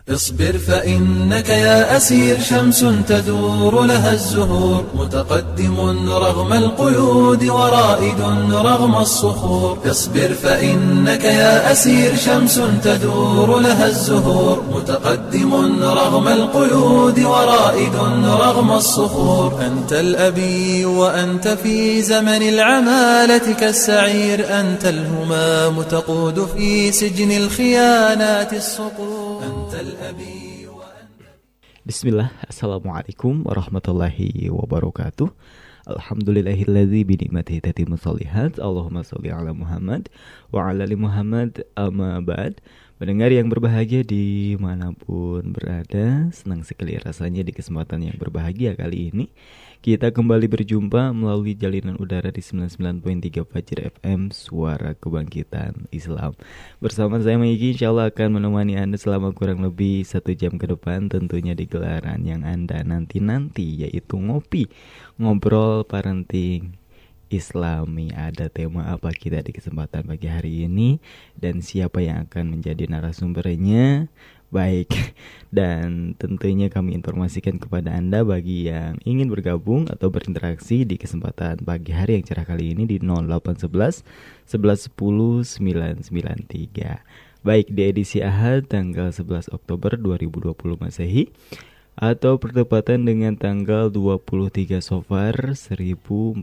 اصبر فإنك يا أسير شمس تدور لها الزهور متقدم رغم القيود ورائد رغم الصخور اصبر فإنك يا أسير شمس تدور لها الزهور متقدم رغم القيود ورائد رغم الصخور أنت الأبي وأنت في زمن العمالة كالسعير أنت الهمام تقود في سجن الخيانات الصقور أنت الأبي. Bismillah, Assalamualaikum warahmatullahi wabarakatuh. Alhamdulillahilladzi binikmatihi tatimmu sholihat. Allahumma sholli ala Muhammad wa ala ali Muhammad, amma ba'd. Pendengar yang berbahagia dimanapun berada, senang sekali rasanya di kesempatan yang berbahagia kali ini kita kembali berjumpa melalui jalinan udara di 99.3 Fajr FM, Suara Kebangkitan Islam. Bersama saya Maiki, insyaallah akan menemani Anda selama kurang lebih 1 jam ke depan, tentunya di gelaran yang Anda nanti-nanti, yaitu ngopi, ngobrol parenting Islami. Ada tema apa kita di kesempatan pagi hari ini dan siapa yang akan menjadi narasumbernya? Baik, dan tentunya kami informasikan kepada Anda bagi yang ingin bergabung atau berinteraksi di kesempatan pagi hari yang cerah kali ini di 0811 1110 993. Baik, di edisi Ahad tanggal 11 Oktober 2020 Masehi atau bertepatan dengan tanggal 23 Safar 1442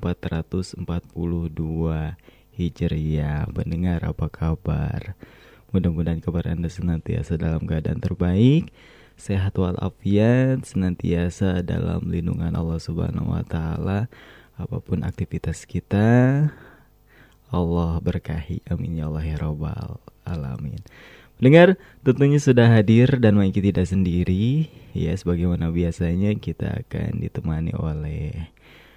Hijriah. Mendengar apa kabar? Mudah-mudahan kabar Anda senantiasa dalam keadaan terbaik, sehat walafiat, senantiasa dalam lindungan Allah Subhanahu wa taala. Apapun aktivitas kita, Allah berkahi. Amin ya Allah ya rabbal alamin. Pendengar, tentunya sudah hadir dan Maiki tidak sendiri. Ya, sebagaimana biasanya kita akan ditemani oleh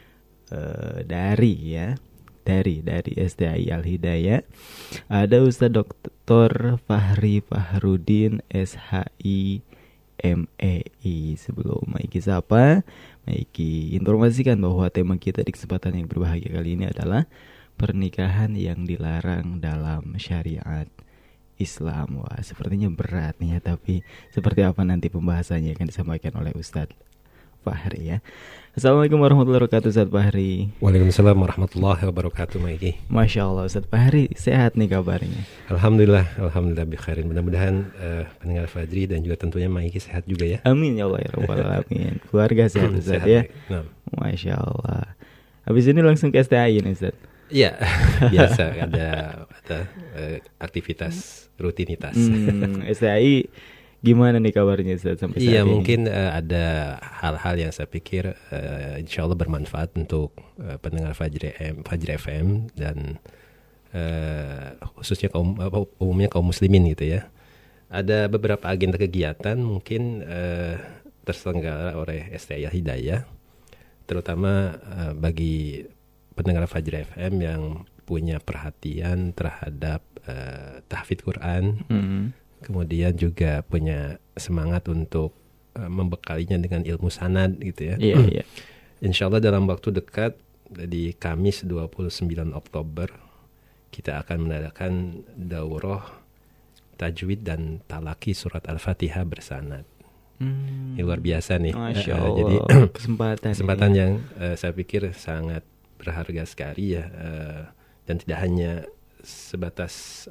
dari STAI Al-Hidayah. Ada Ustaz Dr. Fahri Fahrudin SHI MEI. Sebelum Maiki sapa, Maiki informasikan bahwa tema kita di kesempatan yang berbahagia kali ini adalah pernikahan yang dilarang dalam syariat Islam. Wah, sepertinya berat nih ya, tapi seperti apa nanti pembahasannya akan disampaikan oleh Ustaz Fahri ya. Assalamualaikum warahmatullahi wabarakatuh Ustaz Fahri. Waalaikumsalam warahmatullahi wabarakatuh Maiki. Masya Allah Ustaz Fahri, sehat nih kabarnya? Alhamdulillah bikhairin. Mudah-mudahan pendengar Fajri dan juga tentunya Maiki sehat juga ya. Amin ya Allah ya rabbal alamin. Keluarga sehat Ustaz ya. Nah. Masya Allah. Habis ini langsung ke STAI nih Ustaz. Iya, biasa ada aktivitas rutinitas. STAI gimana nih kabarnya Ustaz sampai saat ini? Iya, mungkin ada hal-hal yang saya pikir insya Allah bermanfaat untuk pendengar Fajr FM dan khususnya umumnya kaum muslimin gitu ya. Ada beberapa agenda kegiatan mungkin terselenggara oleh STAI Hidayah, terutama bagi pendengar Fajr FM yang punya perhatian terhadap tahfidz Quran. Kemudian juga punya semangat untuk membekalinya dengan ilmu sanad gitu ya. Iya. Insya Allah dalam waktu dekat di Kamis 29 Oktober kita akan mengadakan daurah tajwid dan talaki surat Al-Fatihah bersanad. Ini luar biasa nih. Masya Allah. Jadi kesempatan ya. yang saya pikir sangat berharga sekali ya, dan tidak hanya sebatas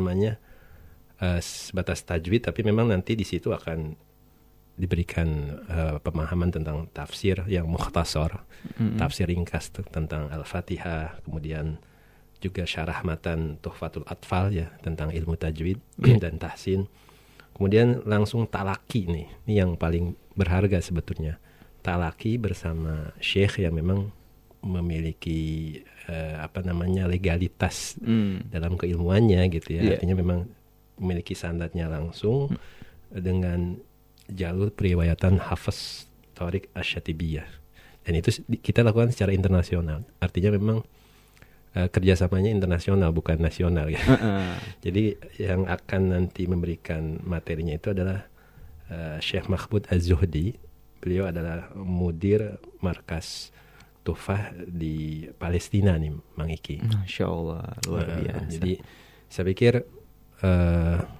sebatas tajwid, tapi memang nanti di situ akan diberikan pemahaman tentang tafsir yang mukhtasar, tafsir ringkas tentang Al-Fatihah, kemudian juga syarah matan Tuhfatul Atfal ya tentang ilmu tajwid dan tahsin. Kemudian langsung talaki nih, ini yang paling berharga sebetulnya. Talaki bersama syekh yang memang memiliki legalitas dalam keilmuannya gitu ya. Artinya memang memiliki sanadnya langsung dengan jalur periwayatan Hafiz Thariq Asy-Syatibiyah, dan itu kita lakukan secara internasional. Artinya memang kerjasamanya internasional bukan nasional ya. Jadi yang akan nanti memberikan materinya itu adalah Syekh Mahfud Az-Zuhdi. Beliau adalah mudir markas Tuhfah di Palestina nih, Mang Iki. Masya Allah, luar biasa. Jadi saya pikir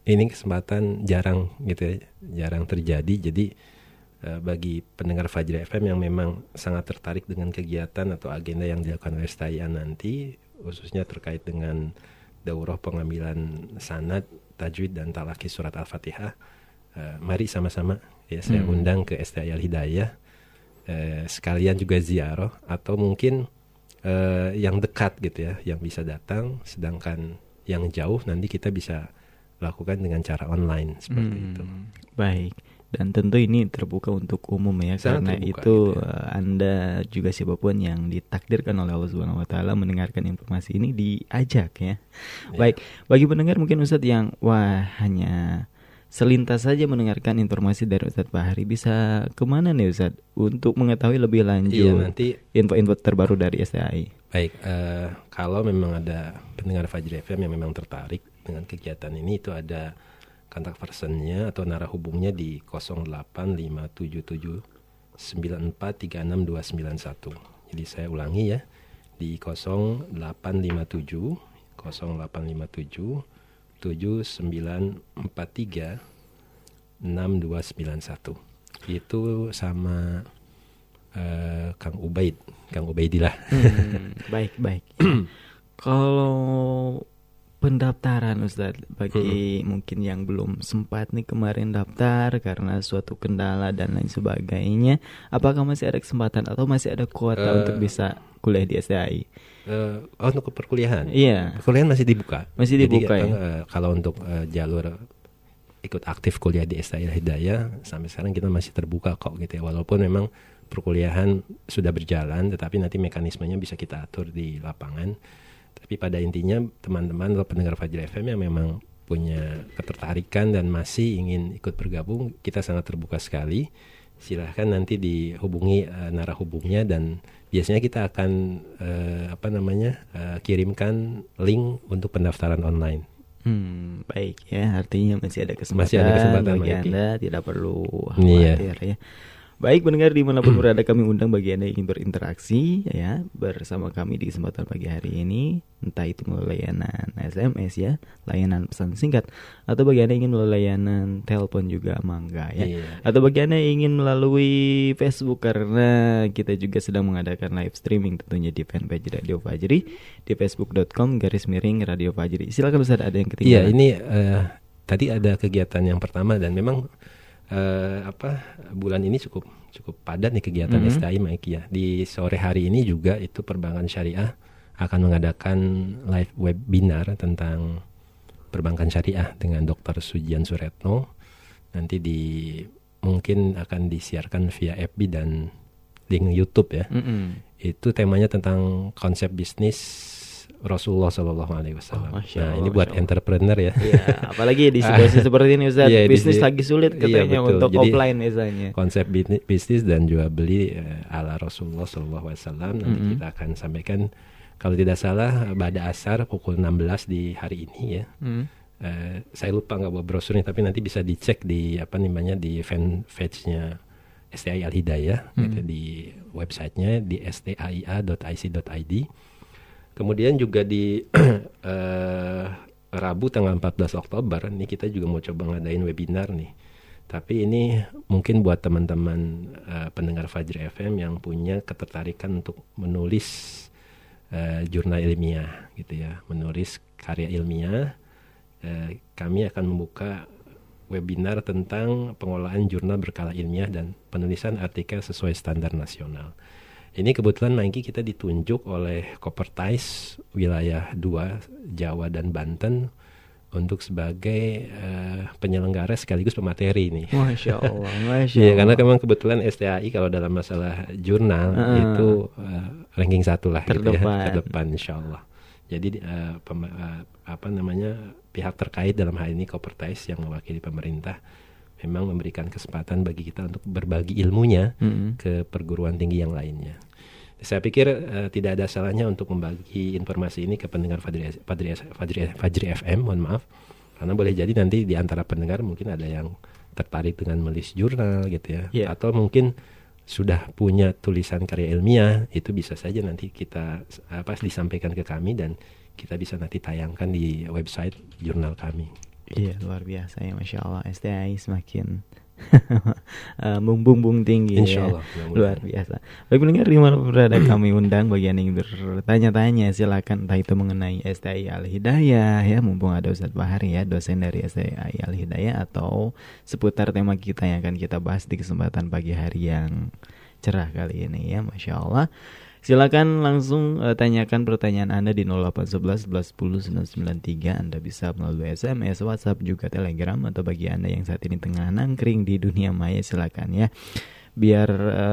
ini kesempatan jarang gitu ya, jarang terjadi. Jadi bagi pendengar Fajri FM yang memang sangat tertarik dengan kegiatan atau agenda yang dilakukan oleh STIA nanti, khususnya terkait dengan daurah pengambilan sanad, tajwid dan talaki surat Al-Fatihah, mari sama-sama ya saya undang ke STIA Al-Hidayah, sekalian juga ziarah atau mungkin yang dekat gitu ya, yang bisa datang, sedangkan yang jauh nanti kita bisa lakukan dengan cara online seperti itu. Baik. Dan tentu ini terbuka untuk umum ya, Sangat karena terbuka, itu gitu ya. Anda juga siapapun yang ditakdirkan oleh Allah Subhanahu wa taala mendengarkan informasi ini diajak ya. Baik, bagi pendengar mungkin Ustadz yang hanya selintas saja mendengarkan informasi dari Ustadz Fahri, bisa kemana nih Ustadz untuk mengetahui lebih lanjut nanti info-info terbaru dari STAI? baik, kalau memang ada pendengar Fajri FM yang memang tertarik dengan kegiatan ini, itu ada kontak personnya atau narah hubungnya di 08577943621. Jadi saya ulangi ya, di 0857 7943 6291. Itu sama Kang Ubaidillah. Baik. Kalau pendaftaran Ustadz, bagi mungkin yang belum sempat nih kemarin daftar karena suatu kendala dan lain sebagainya, apakah masih ada kesempatan atau masih ada kuota untuk bisa kuliah di STAI? Untuk perkuliahan? Iya. Perkuliahan masih dibuka. Masih dibuka. Jadi, ya? Kalau untuk jalur ikut aktif kuliah di STAI Hidayah, sampai sekarang kita masih terbuka kok gitu ya. Walaupun memang perkuliahan sudah berjalan, tetapi nanti mekanismenya bisa kita atur di lapangan. Tapi pada intinya teman-teman atau pendengar Fajri FM yang memang punya ketertarikan dan masih ingin ikut bergabung, kita sangat terbuka sekali. Silahkan nanti dihubungi narah hubungnya, dan biasanya kita akan kirimkan link untuk pendaftaran online. Baik ya, artinya masih ada kesempatan bagi Anda, tidak perlu khawatir ya. Baik pendengar dimanapun berada, kami undang bagi Anda yang ingin berinteraksi ya bersama kami di kesempatan pagi hari ini, entah itu melalui layanan SMS ya, layanan pesan singkat, atau bagi Anda yang ingin melalui layanan telepon juga mangga ya, atau bagi Anda yang ingin melalui Facebook, karena kita juga sedang mengadakan live streaming tentunya di fanpage Radio Fajri di facebook.com/Radio Fajri. Silakan Ustaz, ada yang ketiga. Iya, ini tadi ada kegiatan yang pertama, dan memang bulan ini cukup padat nih kegiatan STAI Mike ya. Di sore hari ini juga itu Perbankan Syariah akan mengadakan live webinar tentang perbankan syariah dengan Dr. Sujian Suretno. Nanti mungkin akan disiarkan via FB dan link YouTube ya. Itu temanya tentang konsep bisnis Rasulullah SAW. Nah, ini buat entrepreneur ya. Iya, apalagi di situasi seperti ini Ustaz, bisnis lagi sulit katanya untuk jadi, offline misalnya. Konsep bisnis dan jual beli ala Rasulullah SAW. Nanti kita akan sampaikan, kalau tidak salah pada asar pukul 16 di hari ini ya. Saya lupa nggak bawa brosurnya, tapi nanti bisa dicek di di fanpage-nya STAI Al-Hidayah, gitu, di websitenya di staia.ic.id. Kemudian juga di Rabu tanggal 14 Oktober ini kita juga mau coba ngadain webinar nih. Tapi ini mungkin buat teman-teman pendengar Fajri FM yang punya ketertarikan untuk menulis jurnal ilmiah gitu ya, menulis karya ilmiah. Kami akan membuka webinar tentang pengolahan jurnal berkala ilmiah dan penulisan artikel sesuai standar nasional. Ini kebetulan Mangki kita ditunjuk oleh Kopertais wilayah 2 Jawa dan Banten untuk sebagai penyelenggara sekaligus pemateri nih. Masya Allah. Ya, karena memang kebetulan STAI kalau dalam masalah jurnal itu ranking 1 lah terdepan insya Allah. Jadi pihak terkait dalam hal ini Kopertais yang mewakili pemerintah memang memberikan kesempatan bagi kita untuk berbagi ilmunya ke perguruan tinggi yang lainnya. Saya pikir tidak ada salahnya untuk membagi informasi ini ke pendengar Fajri FM, mohon maaf. Karena boleh jadi nanti di antara pendengar mungkin ada yang tertarik dengan menulis jurnal gitu ya. Atau mungkin sudah punya tulisan karya ilmiah, itu bisa saja nanti kita disampaikan ke kami dan kita bisa nanti tayangkan di website jurnal kami. Iya, luar biasa ya, Masya Allah. STI semakin bumbung tinggi Insya ya. Allah, Luar biasa. Baik pendengar, dimanapun berada kami undang bagi Anda yang bertanya-tanya, silakan, entah itu mengenai STI Al-Hidayah ya, mumpung ada Ustadz Bahari ya, dosen dari STI Al-Hidayah, atau seputar tema kita yang akan kita bahas di kesempatan pagi hari yang cerah kali ini ya, Masya Allah. Silakan langsung tanyakan pertanyaan Anda di 0811 11 10 993. Anda bisa melalui SMS, WhatsApp, juga Telegram, atau bagi Anda yang saat ini tengah nangkring di dunia maya, silakan ya. Biar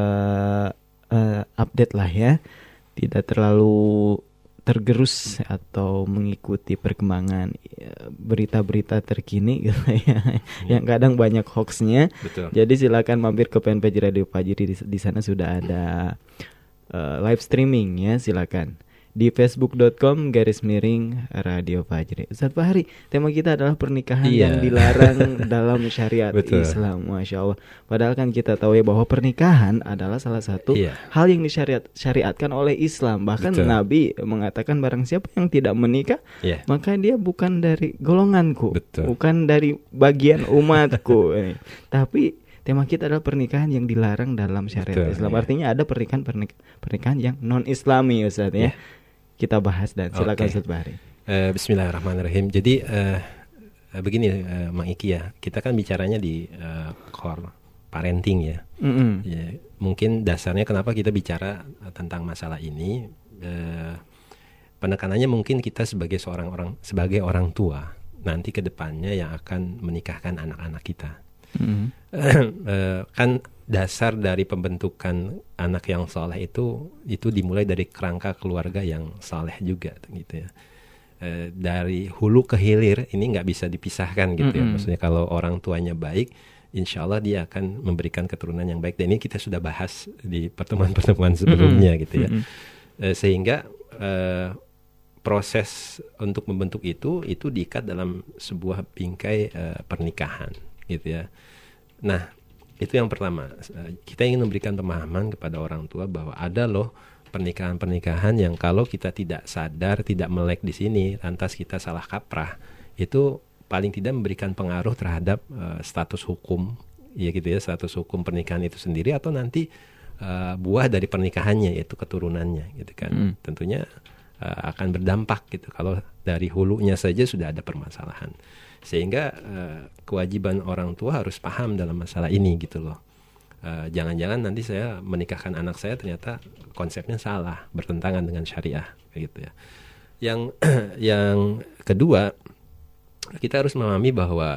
update lah ya, tidak terlalu tergerus atau mengikuti perkembangan berita-berita terkini gitu ya, yang kadang banyak hoaxnya. Betul. Jadi silakan mampir ke fanpage Radio Fajri, di sana sudah ada live streaming ya, silakan di facebook.com/Radio Fajri. Ustadz Fahri, tema kita adalah pernikahan yang dilarang dalam syariat Islam. Masya Allah. Padahal kan kita tahu ya bahwa pernikahan adalah salah satu hal yang disyariatkan oleh Islam. Bahkan Nabi mengatakan barang siapa yang tidak menikah, maka dia bukan dari golonganku, bukan dari bagian umatku. Tapi tema kita adalah pernikahan yang dilarang dalam syariat Islam. Artinya ada pernikahan yang non-Islami, Ustaz ya. Kita bahas, dan silakan Ustaz Bahari. Bismillahirrahmanirrahim. Jadi begini Mang Iki ya, kita kan bicaranya di core parenting ya. Ya. Mungkin dasarnya kenapa kita bicara tentang masalah ini, penekanannya mungkin kita sebagai orang tua nanti ke depannya yang akan menikahkan anak-anak kita. Kan dasar dari pembentukan anak yang saleh itu dimulai dari kerangka keluarga yang saleh juga gitu ya. Dari hulu ke hilir ini nggak bisa dipisahkan gitu ya. Maksudnya kalau orang tuanya baik, insya Allah dia akan memberikan keturunan yang baik. Dan ini kita sudah bahas di pertemuan-pertemuan sebelumnya gitu ya. Sehingga proses untuk membentuk itu diikat dalam sebuah bingkai pernikahan gitu ya. Nah, itu yang pertama. Kita ingin memberikan pemahaman kepada orang tua bahwa ada loh pernikahan-pernikahan yang kalau kita tidak sadar, tidak melek di sini, lantas kita salah kaprah, itu paling tidak memberikan pengaruh terhadap status hukum, ya gitu ya, status hukum pernikahan itu sendiri, atau nanti buah dari pernikahannya, yaitu keturunannya, gitu kan. Tentunya akan berdampak gitu kalau dari hulunya saja sudah ada permasalahan. Sehingga kewajiban orang tua harus paham dalam masalah ini gitu loh. Jangan-jangan nanti saya menikahkan anak saya ternyata konsepnya salah, bertentangan dengan syariah gitu ya. Yang kedua, kita harus memahami bahwa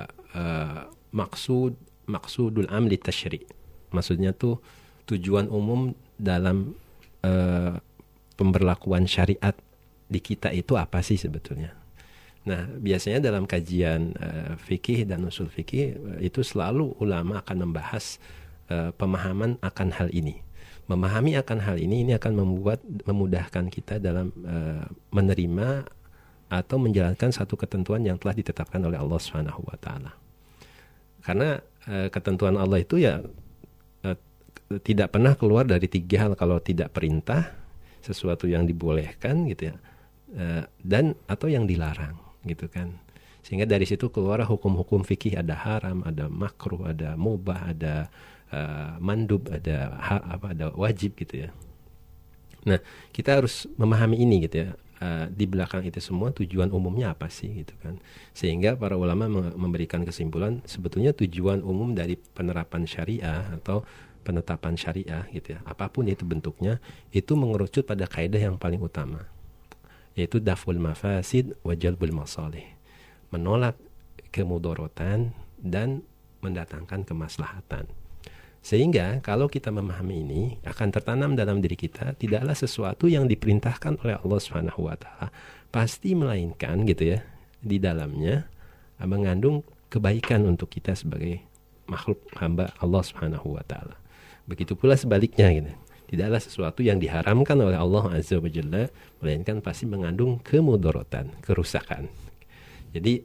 maksudul amli tasyri', maksudnya tuh tujuan umum dalam pemberlakuan syariat di kita itu apa sih sebetulnya. Nah, biasanya dalam kajian fikih dan usul fikih itu selalu ulama akan membahas pemahaman akan hal ini. Memahami akan hal ini akan memudahkan kita dalam menerima atau menjalankan satu ketentuan yang telah ditetapkan oleh Allah Subhanahu wa taala. Karena ketentuan Allah itu ya tidak pernah keluar dari 3 hal, kalau tidak perintah, sesuatu yang dibolehkan gitu ya, dan atau yang dilarang gitu kan. Sehingga dari situ keluar hukum-hukum fikih, ada haram, ada makruh, ada mubah, ada mandub, ada wajib gitu ya. Nah, kita harus memahami ini gitu ya. Di belakang itu semua tujuan umumnya apa sih gitu kan. Sehingga para ulama memberikan kesimpulan sebetulnya tujuan umum dari penerapan syariah atau penetapan syariah gitu ya, apapun itu bentuknya, itu mengerucut pada kaidah yang paling utama, yaitu daful mafasid wa jalbul masalih, menolak kemudorotan dan mendatangkan kemaslahatan. Sehingga kalau kita memahami ini, akan tertanam dalam diri kita tidaklah sesuatu yang diperintahkan oleh Allah Subhanahu wa taala pasti melainkan gitu ya, di dalamnya mengandung kebaikan untuk kita sebagai makhluk hamba Allah Subhanahu wa taala. Begitu pula sebaliknya gitu. Tidaklah sesuatu yang diharamkan oleh Allah Azza wa Jalla melainkan pasti mengandung kemudorotan, kerusakan. Jadi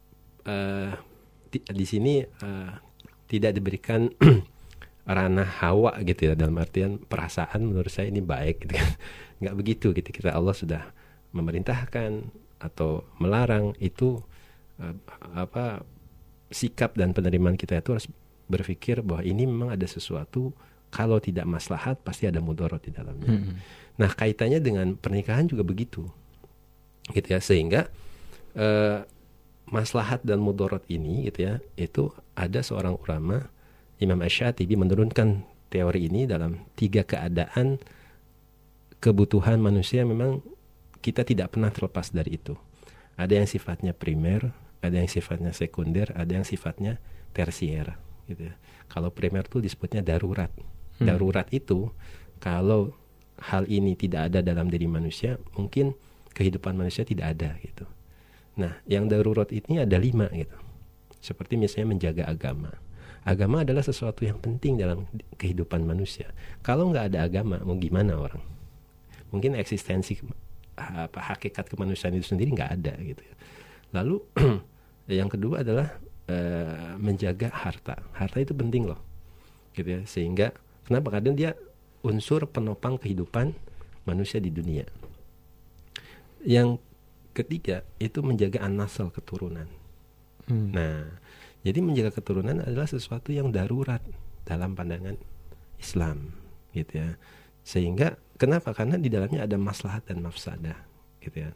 di sini tidak diberikan ranah hawa gitu ya, dalam artian perasaan menurut saya ini baik gitu kan. Nggak begitu gitu. Kita Allah sudah memerintahkan atau melarang itu sikap dan penerimaan kita itu harus berpikir bahwa ini memang ada sesuatu, kalau tidak maslahat pasti ada mudarat di dalamnya. Nah, kaitannya dengan pernikahan juga begitu, gitu ya, sehingga maslahat dan mudarat ini, gitu ya, itu ada seorang ulama, Imam Asy-Syatibi, menurunkan teori ini dalam 3 keadaan kebutuhan manusia. Memang kita tidak pernah terlepas dari itu. Ada yang sifatnya primer, ada yang sifatnya sekunder, ada yang sifatnya tersier, gitu ya. Kalau primer itu disebutnya darurat. Darurat itu kalau hal ini tidak ada dalam diri manusia, mungkin kehidupan manusia tidak ada, gitu. Nah, yang darurat ini ada 5, gitu. Seperti misalnya menjaga agama. Agama adalah sesuatu yang penting dalam kehidupan manusia. Kalau nggak ada agama, mau gimana orang? Mungkin eksistensi hakikat kemanusiaan itu sendiri nggak ada, gitu. Lalu yang kedua adalah menjaga harta. Harta itu penting loh, gitu ya. Sehingga kenapa? Kadang dia unsur penopang kehidupan manusia di dunia. Yang ketiga itu menjaga an-nasl, keturunan. Nah, jadi menjaga keturunan adalah sesuatu yang darurat dalam pandangan Islam, gitu ya. Sehingga kenapa? Karena di dalamnya ada maslahat dan mafsadah, gitu ya.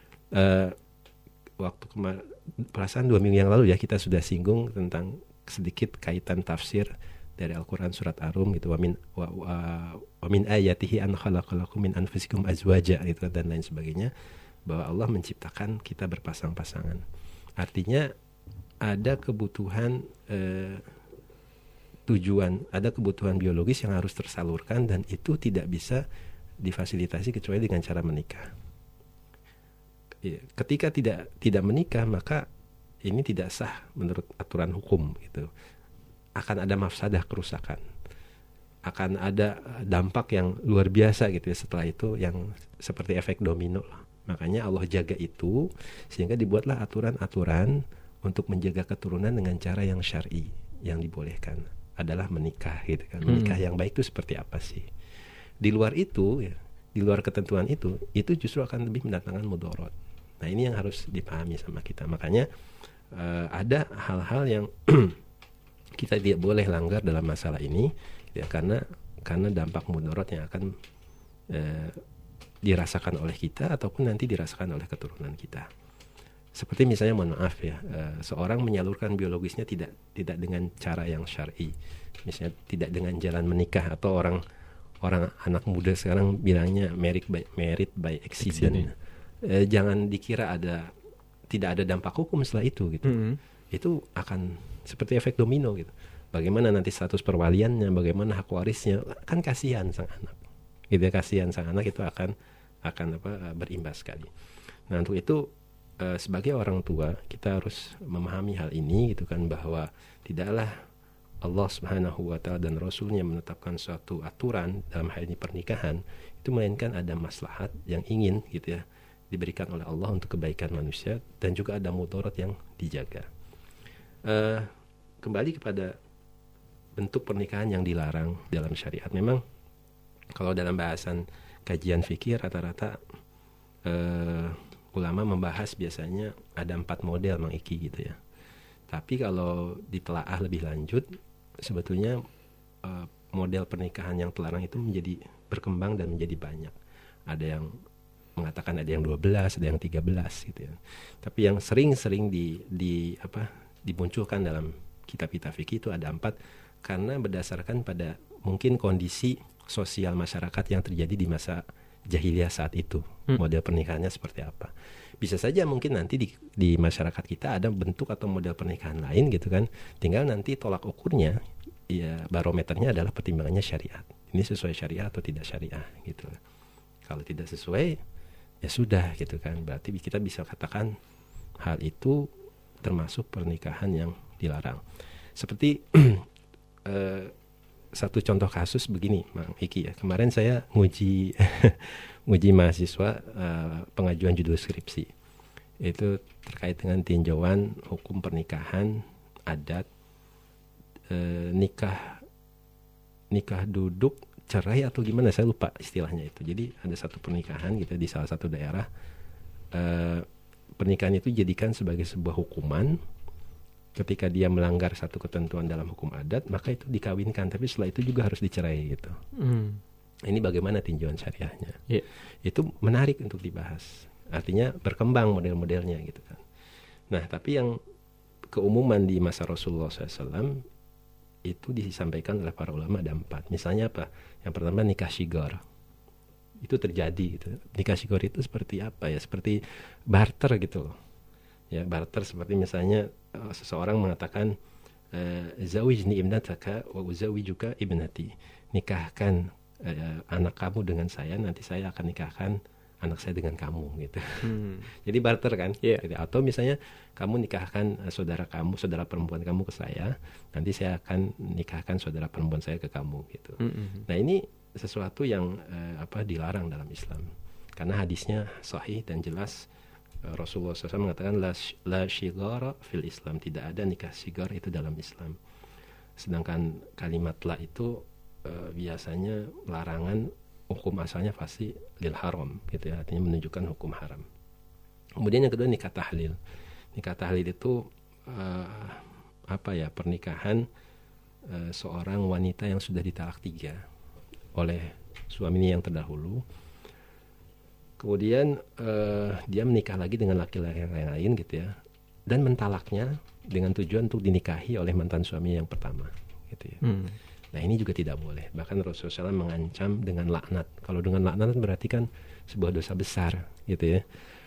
Waktu perasaan 2 minggu yang lalu ya, kita sudah singgung tentang sedikit kaitan tafsir dari Al-Quran surat Ar-Rum, gitu. Wa min ayatihi an khalaqalakum min anfusikum azwaja, gitu, dan lain sebagainya, bahwa Allah menciptakan kita berpasang-pasangan. Artinya ada kebutuhan tujuan, ada kebutuhan biologis yang harus tersalurkan, dan itu tidak bisa difasilitasi kecuali dengan cara menikah. Ketika tidak menikah, maka ini tidak sah menurut aturan hukum, gitu. Akan ada mafsadah, kerusakan, akan ada dampak yang luar biasa, gitu ya, setelah itu, yang seperti efek domino. Makanya Allah jaga itu, sehingga dibuatlah aturan-aturan untuk menjaga keturunan dengan cara yang syar'i. Yang dibolehkan adalah menikah, gitu kan. Menikah yang baik itu seperti apa sih? Di luar itu, ya, di luar ketentuan itu justru akan lebih mendatangkan mudarat. Nah, ini yang harus dipahami sama kita. Makanya ada hal-hal yang kita tidak boleh langgar dalam masalah ini, ya, karena dampak mudarat yang akan dirasakan oleh kita ataupun nanti dirasakan oleh keturunan kita. Seperti misalnya, mohon maaf ya, seorang menyalurkan biologisnya tidak dengan cara yang syar'i, misalnya tidak dengan jalan menikah, atau orang anak muda sekarang bilangnya married by accident. Jangan dikira tidak ada dampak hukum setelah itu, gitu. Itu akan seperti efek domino, gitu. Bagaimana nanti status perwaliannya, bagaimana hak warisnya, kan kasihan sang anak, gitu ya. Kasihan sang anak itu akan berimbas sekali. Nah, untuk itu sebagai orang tua kita harus memahami hal ini, gitu kan, bahwa tidaklah Allah Subhanahu wa taala dan Rasulnya menetapkan suatu aturan dalam hal ini pernikahan itu, melainkan ada maslahat yang ingin, gitu ya, diberikan oleh Allah untuk kebaikan manusia, dan juga ada mudarat yang dijaga. Kembali kepada bentuk pernikahan yang dilarang dalam syariat. Memang kalau dalam bahasan kajian fikih rata-rata ulama membahas biasanya ada 4 model, Mang Iki, gitu ya. Tapi kalau ditelaah lebih lanjut, sebetulnya model pernikahan yang terlarang itu menjadi berkembang dan menjadi banyak. Ada yang mengatakan ada yang 12, ada yang 13, gitu ya. Tapi yang sering-sering dimunculkan dalam kitab-kitab fikih itu ada 4, karena berdasarkan pada mungkin kondisi sosial masyarakat yang terjadi di masa jahiliyah saat itu, model pernikahannya seperti apa. Bisa saja mungkin nanti di masyarakat kita ada bentuk atau model pernikahan lain, gitu kan. Tinggal nanti tolak ukurnya, ya, barometernya adalah pertimbangannya syariat. Ini sesuai syariat atau tidak syariah, gitu. Kalau tidak sesuai, ya sudah, gitu kan. Berarti kita bisa katakan hal itu termasuk pernikahan yang dilarang. Seperti satu contoh kasus begini, Mang Iki, ya. Kemarin saya nguji mahasiswa pengajuan judul skripsi. Itu terkait dengan tinjauan hukum pernikahan adat, nikah duduk, cerai atau gimana, saya lupa istilahnya itu. Jadi ada satu pernikahan, gitu, di salah satu daerah, pernikahan itu jadikan sebagai sebuah hukuman. Ketika dia melanggar satu ketentuan dalam hukum adat, maka itu dikawinkan, tapi setelah itu juga harus dicerai gitu. Ini bagaimana tinjauan syariahnya? Yeah. Itu menarik untuk dibahas. Artinya berkembang model-modelnya gitu kan. Nah, tapi yang keumuman di masa Rasulullah SAW itu disampaikan oleh para ulama ada 4. Misalnya apa? Yang pertama nikah syigar. Itu terjadi gitu. Nikah syigar itu seperti apa ya? Seperti barter gitu loh. Ya, barter seperti misalnya seseorang mengatakan zawijni ibnataka wa uzawijuka ibnati. Nikahkan anak kamu dengan saya, nanti saya akan nikahkan anak saya dengan kamu gitu. Jadi barter kan? Yeah. Gitu. Atau misalnya kamu nikahkan saudara perempuan kamu ke saya, nanti saya akan nikahkan saudara perempuan saya ke kamu gitu. Nah, ini sesuatu yang dilarang dalam Islam. Karena hadisnya sahih dan jelas. Rasulullah SAW mengatakan la shigara fil Islam, tidak ada nikah syigar itu dalam Islam. Sedangkan kalimat la itu biasanya larangan, hukum asalnya pasti lil haram gitu ya, artinya menunjukkan hukum haram. Kemudian yang kedua nikah tahlil. Nikah tahlil itu pernikahan seorang wanita yang sudah ditalak 3 oleh suaminya yang terdahulu. Kemudian dia menikah lagi dengan laki-laki yang lain gitu ya, dan mentalaknya dengan tujuan untuk dinikahi oleh mantan suami yang pertama gitu ya. Nah, ini juga tidak boleh. Bahkan Rasulullah SAW mengancam dengan laknat. Kalau dengan laknat berarti kan sebuah dosa besar gitu ya.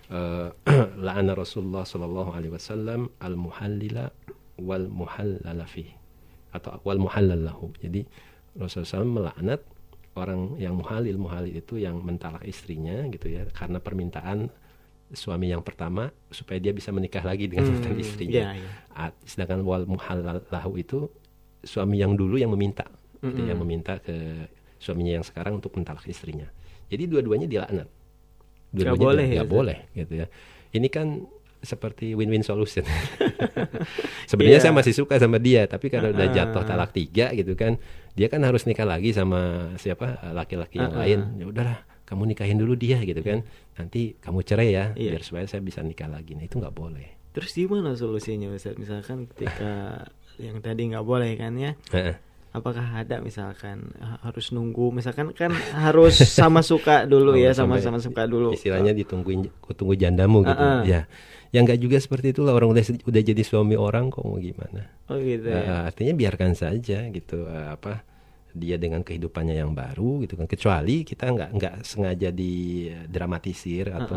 La'ana Rasulullah SAW al-muhallila wal muhallala fih, atau wal muhallallahu. Jadi Rasulullah SAW melaknat orang yang muhalil itu yang mentalak istrinya gitu ya, karena permintaan suami yang pertama supaya dia bisa menikah lagi dengan mantan istrinya. Sedangkan wal muhallahu itu suami yang dulu yang meminta, yang meminta ke suaminya yang sekarang untuk mentalak istrinya. Jadi dua-duanya dilaknat. Dua-duanya nggak boleh gitu ya. Ini kan seperti win-win solution. Sebenarnya saya masih suka sama dia, tapi karena udah jatuh talak 3 gitu kan, dia kan harus nikah lagi sama laki-laki yang lain. Ya udahlah, kamu nikahin dulu dia gitu kan. Nanti kamu cerai ya, biar supaya saya bisa nikah lagi. Nah, itu nggak boleh. Terus gimana solusinya Ustaz? Misalkan ketika yang tadi nggak boleh kan ya? Apakah ada misalkan harus nunggu, misalkan kan harus sama suka dulu ya, sama-sama suka dulu. Istilahnya tunggu jandamu gitu. Ya. Yang enggak juga seperti itulah, orang udah jadi suami orang kok mau gimana. Oh gitu ya. Artinya biarkan saja gitu dia dengan kehidupannya yang baru gitu kan. Kecuali kita enggak sengaja didramatisir atau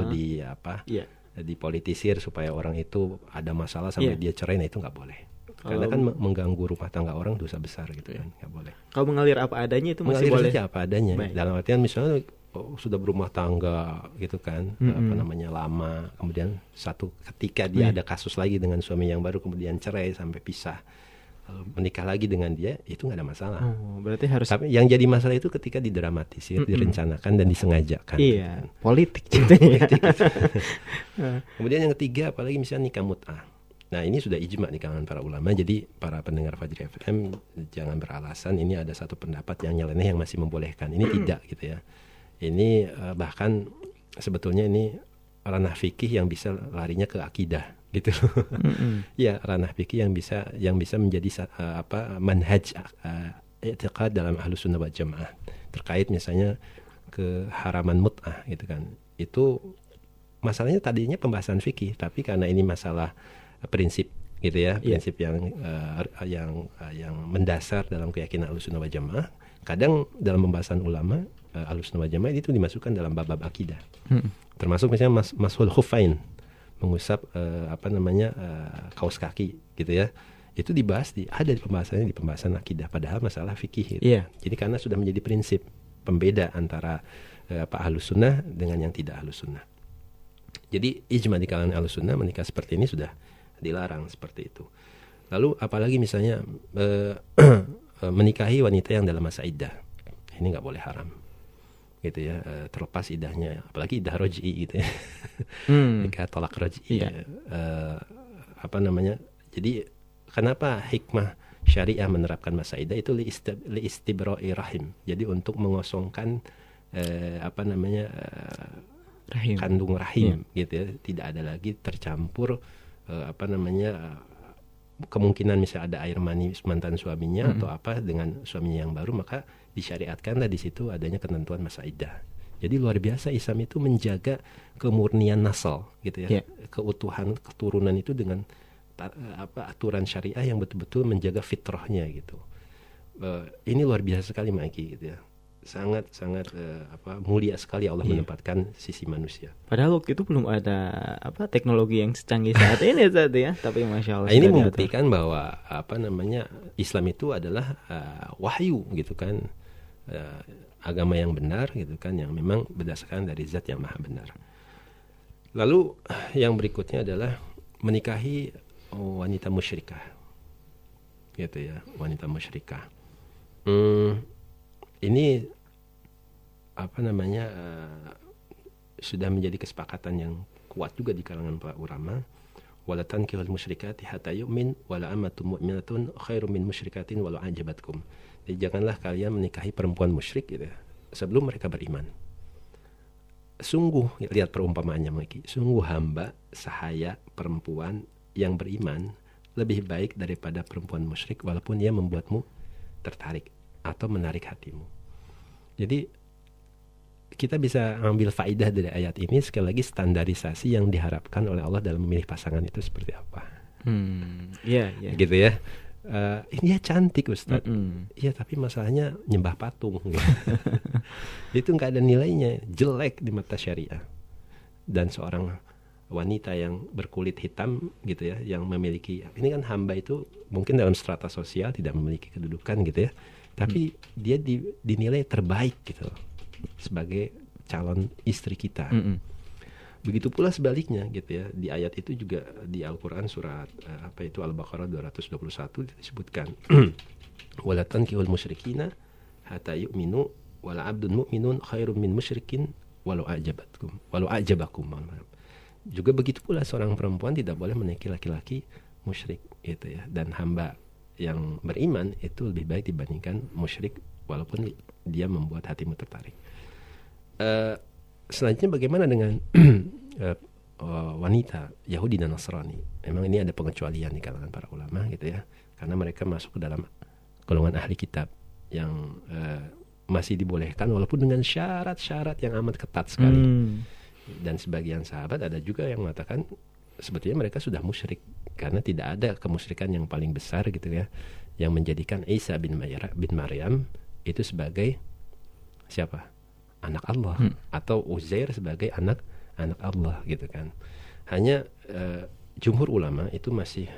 dipolitisir supaya orang itu ada masalah sampai dia cerai, nah itu enggak boleh. Karena kan mengganggu rumah tangga orang dosa besar gitu kan, nggak boleh. Kalau mengalir apa adanya itu masih boleh. Mengalir saja apa adanya. Baik. Dalam artian misalnya sudah berumah tangga gitu kan, lama, kemudian satu ketika dia ada kasus lagi dengan suami yang baru, kemudian cerai sampai pisah, menikah lagi dengan dia, itu nggak ada masalah. Berarti harus. Tapi yang jadi masalah itu ketika didramatisir, direncanakan dan disengajakan. Iya. Gitu. Politik jadinya. Kemudian yang ketiga, apalagi misalnya nikah mut'ah. Nah, ini sudah ijma di kalangan para ulama. Jadi para pendengar Fajri FM jangan beralasan ini ada satu pendapat yang nyeleneh yang masih membolehkan. Ini tidak gitu ya. Ini bahkan sebetulnya ini ranah fikih yang bisa larinya ke akidah gitu. Ya, ranah fikih yang bisa menjadi manhaj i'tiqad dalam Ahlus Sunnah wal Jamaah terkait misalnya keharaman mut'ah gitu kan. Itu masalahnya tadinya pembahasan fikih, tapi karena ini masalah prinsip gitu ya, prinsip yang mendasar dalam keyakinan Ahlussunnah wal Jamaah. Kadang dalam pembahasan ulama Ahlussunnah wal Jamaah itu dimasukkan dalam bab akidah. Termasuk misalnya mashul khuffain, mengusap kaos kaki gitu ya. Itu dibahas ada di pembahasan akidah, padahal masalah fikih gitu. Jadi karena sudah menjadi prinsip pembeda antara Ahlussunnah dengan yang tidak Ahlussunnah. Jadi ijma di kalangan Ahlussunnah menikah seperti ini sudah dilarang seperti itu. Lalu apalagi misalnya menikahi wanita yang dalam masa iddah, ini nggak boleh haram gitu ya, terlepas iddahnya, apalagi iddah roj'i gitu ya. Nikah tolak roj'i. Jadi kenapa hikmah syariah menerapkan masa iddah itu li istibra'i rahim, jadi untuk mengosongkan kandung rahim gitu ya, tidak ada lagi tercampur kemungkinan misalnya ada air mani mantan suaminya atau apa dengan suaminya yang baru, maka disyariatkanlah di situ adanya ketentuan masa iddah. Jadi luar biasa Islam itu menjaga kemurnian nasal gitu ya, keutuhan keturunan itu dengan aturan syariah yang betul-betul menjaga fitrahnya gitu. Ini luar biasa sekali Maiki gitu ya. Sangat mulia sekali Allah menempatkan sisi manusia. Padahal waktu itu belum ada teknologi yang secanggih saat ini ya, tapi masya Allah. Ini membuktikan bahwa Islam itu adalah wahyu gitu kan, agama yang benar gitu kan, yang memang berdasarkan dari Zat yang Maha Benar. Lalu yang berikutnya adalah menikahi wanita musyrikah, gitu ya, wanita musyrikah. Ini sudah menjadi kesepakatan yang kuat juga di kalangan para ulama. Wala tankihul musyrikati hatta yu'min wala amatun mu'minatun khairum min musyrikatin walau ajabatkum. Jadi janganlah kalian menikahi perempuan musyrik gitu ya, sebelum mereka beriman. Sungguh, lihat perumpamaannya lagi, sungguh hamba sahaya perempuan yang beriman lebih baik daripada perempuan musyrik walaupun dia membuatmu tertarik atau menarik hatimu. Jadi kita bisa ambil faidah dari ayat ini, sekali lagi standarisasi yang diharapkan oleh Allah dalam memilih pasangan itu seperti apa. Gitu ya. Ini ya cantik Ustaz. Iya, tapi masalahnya nyembah patung. Itu nggak ada nilainya, jelek di mata syariah. Dan seorang wanita yang berkulit hitam gitu ya, yang memiliki, ini kan hamba itu mungkin dalam strata sosial tidak memiliki kedudukan gitu ya, tapi dia dinilai terbaik gitu sebagai calon istri kita. Begitu pula sebaliknya gitu ya. Di ayat itu juga di Al-Qur'an surat Al-Baqarah 221 disebutkan wala tankihul musyrikina hatta yu'minu wala 'abdun mu'minun khairum min musyrikin walau ajabakum. Juga begitu pula seorang perempuan tidak boleh menikahi laki-laki musyrik gitu ya. Dan hamba yang beriman itu lebih baik dibandingkan musyrik walaupun dia membuat hatimu tertarik. Selanjutnya bagaimana dengan wanita Yahudi dan Nasrani? Memang ini ada pengecualian di kalangan para ulama gitu ya, karena mereka masuk ke dalam golongan ahli kitab yang masih dibolehkan walaupun dengan syarat-syarat yang amat ketat sekali. Dan sebagian sahabat ada juga yang mengatakan sebetulnya mereka sudah musyrik karena tidak ada kemusyrikan yang paling besar gitu ya, yang menjadikan Isa bin Maryam itu sebagai siapa? Anak Allah, atau Uzair sebagai anak Allah gitu kan. Hanya jumhur ulama itu masih